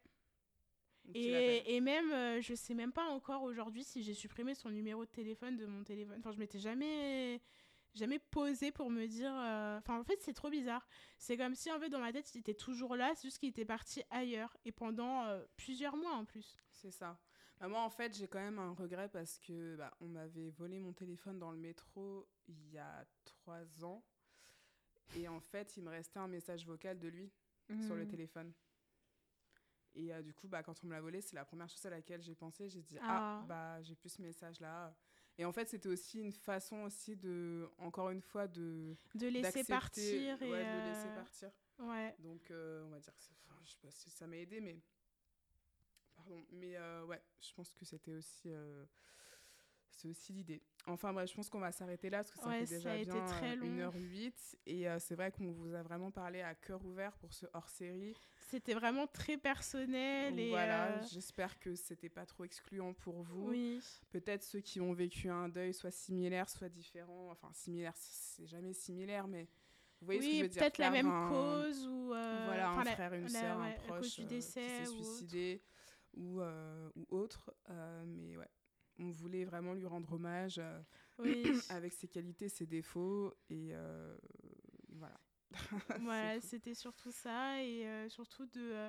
Et même, je sais même pas encore aujourd'hui si j'ai supprimé son numéro de téléphone de mon téléphone. Je m'étais jamais posée pour me dire... en fait, c'est trop bizarre. C'est comme si, en fait, dans ma tête, il était toujours là, c'est juste qu'il était parti ailleurs. Et pendant plusieurs mois, en plus. C'est ça. Moi, en fait, j'ai quand même un regret parce que on m'avait volé mon téléphone dans le métro il y a 3 ans. Et en fait, il me restait un message vocal de lui sur le téléphone. Et du coup, quand on me l'a volé, c'est la première chose à laquelle j'ai pensé. J'ai dit, j'ai plus ce message-là. Et en fait, c'était aussi une façon aussi encore une fois, de laisser partir. De laisser partir. Ouais. Donc, on va dire que je sais pas si ça m'a aidé, mais... Pardon. Mais je pense que c'était aussi... c'est aussi l'idée. Enfin bref, je pense qu'on va s'arrêter là parce que ça fait déjà bien très long. 1h08. Et c'est vrai qu'on vous a vraiment parlé à cœur ouvert pour ce hors-série. C'était vraiment très personnel. Et voilà, j'espère que c'était pas trop excluant pour vous. Oui. Peut-être ceux qui ont vécu un deuil soit similaire, soit différent. Enfin, similaire, c'est jamais similaire, mais vous voyez ce que je veux dire. Peut-être la même cause ou... voilà, un frère, une sœur, un proche cause du décès, qui s'est suicidé ou autre. Mais ouais. On voulait vraiment lui rendre hommage avec ses qualités, ses défauts. Et voilà. Voilà, c'était surtout ça. Et surtout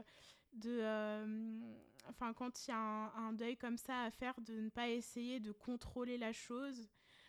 quand il y a un deuil comme ça à faire, de ne pas essayer de contrôler la chose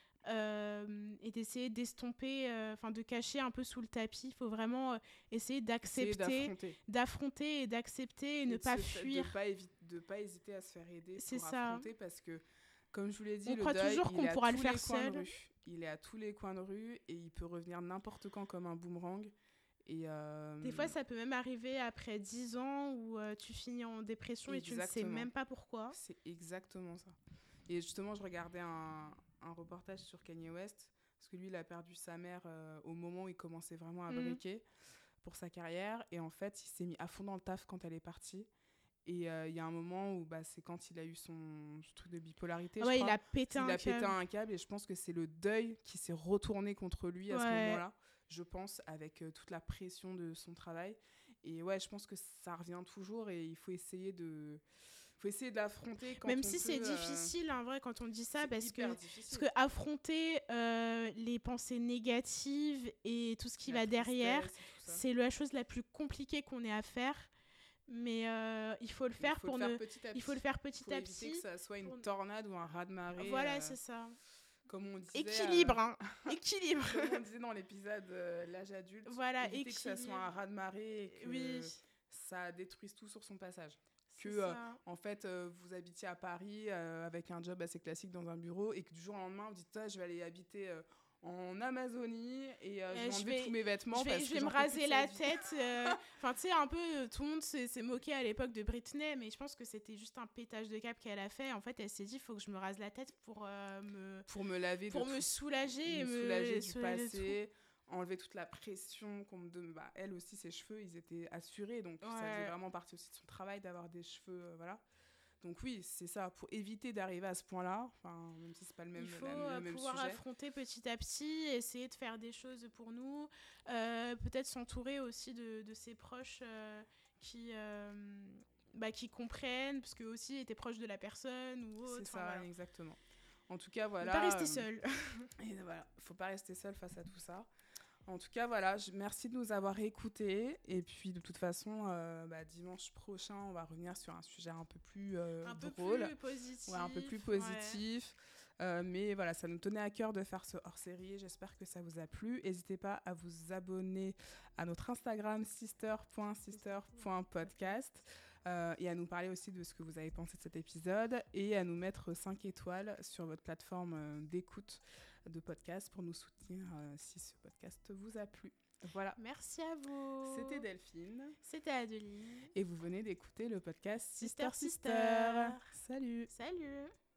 et d'essayer d'estomper, de cacher un peu sous le tapis. Il faut vraiment essayer d'affronter et d'accepter et ne pas fuir. De ne pas hésiter à se faire aider pour ça. affronter parce que, comme je vous l'ai dit, on croit toujours qu'on pourra le faire seul. Il est à tous les coins de rue et il peut revenir n'importe quand comme un boomerang. Et des fois, ça peut même arriver après 10 ans où tu finis en dépression et tu ne sais même pas pourquoi. C'est exactement ça. Et justement, je regardais un reportage sur Kanye West parce que lui, il a perdu sa mère au moment où il commençait vraiment à briquer pour sa carrière. Et en fait, il s'est mis à fond dans le taf quand elle est partie. Et il y a un moment où c'est quand il a eu son truc de bipolarité, je crois. Il a pété un câble et je pense que c'est le deuil qui s'est retourné contre lui à ce moment-là, je pense, avec toute la pression de son travail. Et je pense que ça revient toujours et il faut essayer de l'affronter quand même si c'est difficile en vrai quand on dit ça, parce que affronter les pensées négatives et tout ce qui va derrière, c'est la chose la plus compliquée qu'on ait à faire. Mais il faut le faire il faut le faire petit à petit. Éviter que ça soit une tornade ou un raz-de-marée. Voilà, c'est ça. Comme on disait. Équilibre, équilibre. Comme on disait dans l'épisode l'âge adulte. Voilà, éviter que ça soit un raz-de-marée et que ça détruise tout sur son passage. En fait, vous habitiez à Paris avec un job assez classique dans un bureau et que du jour au lendemain, vous dites je vais aller habiter en Amazonie et je vais enlever tous mes vêtements je vais me raser la tête. Tu sais, un peu, tout le monde s'est moqué à l'époque de Britney, mais je pense que c'était juste un pétage de câble qu'elle a fait. En fait, elle s'est dit, il faut que je me rase la tête pour me laver, pour me soulager du passé, enlever toute la pression qu'on me donne. Elle aussi, ses cheveux, ils étaient assurés, donc ça faisait vraiment partie aussi de son travail d'avoir des cheveux, voilà. Donc oui, c'est ça, pour éviter d'arriver à ce point-là, même si c'est pas le même sujet. Il faut pouvoir affronter petit à petit, essayer de faire des choses pour nous, peut-être s'entourer aussi de ses proches qui comprennent, parce qu'eux aussi étaient proches de la personne ou autre. C'est ça, exactement. En tout cas, voilà. Ne pas rester seul. Et voilà, faut pas rester seul face à tout ça. En tout cas, voilà, merci de nous avoir écoutés. Et puis, de toute façon, dimanche prochain, on va revenir sur un sujet un peu plus drôle. Un peu plus positif. Mais voilà, ça nous tenait à cœur de faire ce hors-série. J'espère que ça vous a plu. N'hésitez pas à vous abonner à notre Instagram sister.sister.podcast et à nous parler aussi de ce que vous avez pensé de cet épisode et à nous mettre 5 étoiles sur votre plateforme d'écoute de podcast pour nous soutenir si ce podcast vous a plu. Voilà. Merci à vous. C'était Delphine. C'était Adeline. Et vous venez d'écouter le podcast Sister. Salut. Salut.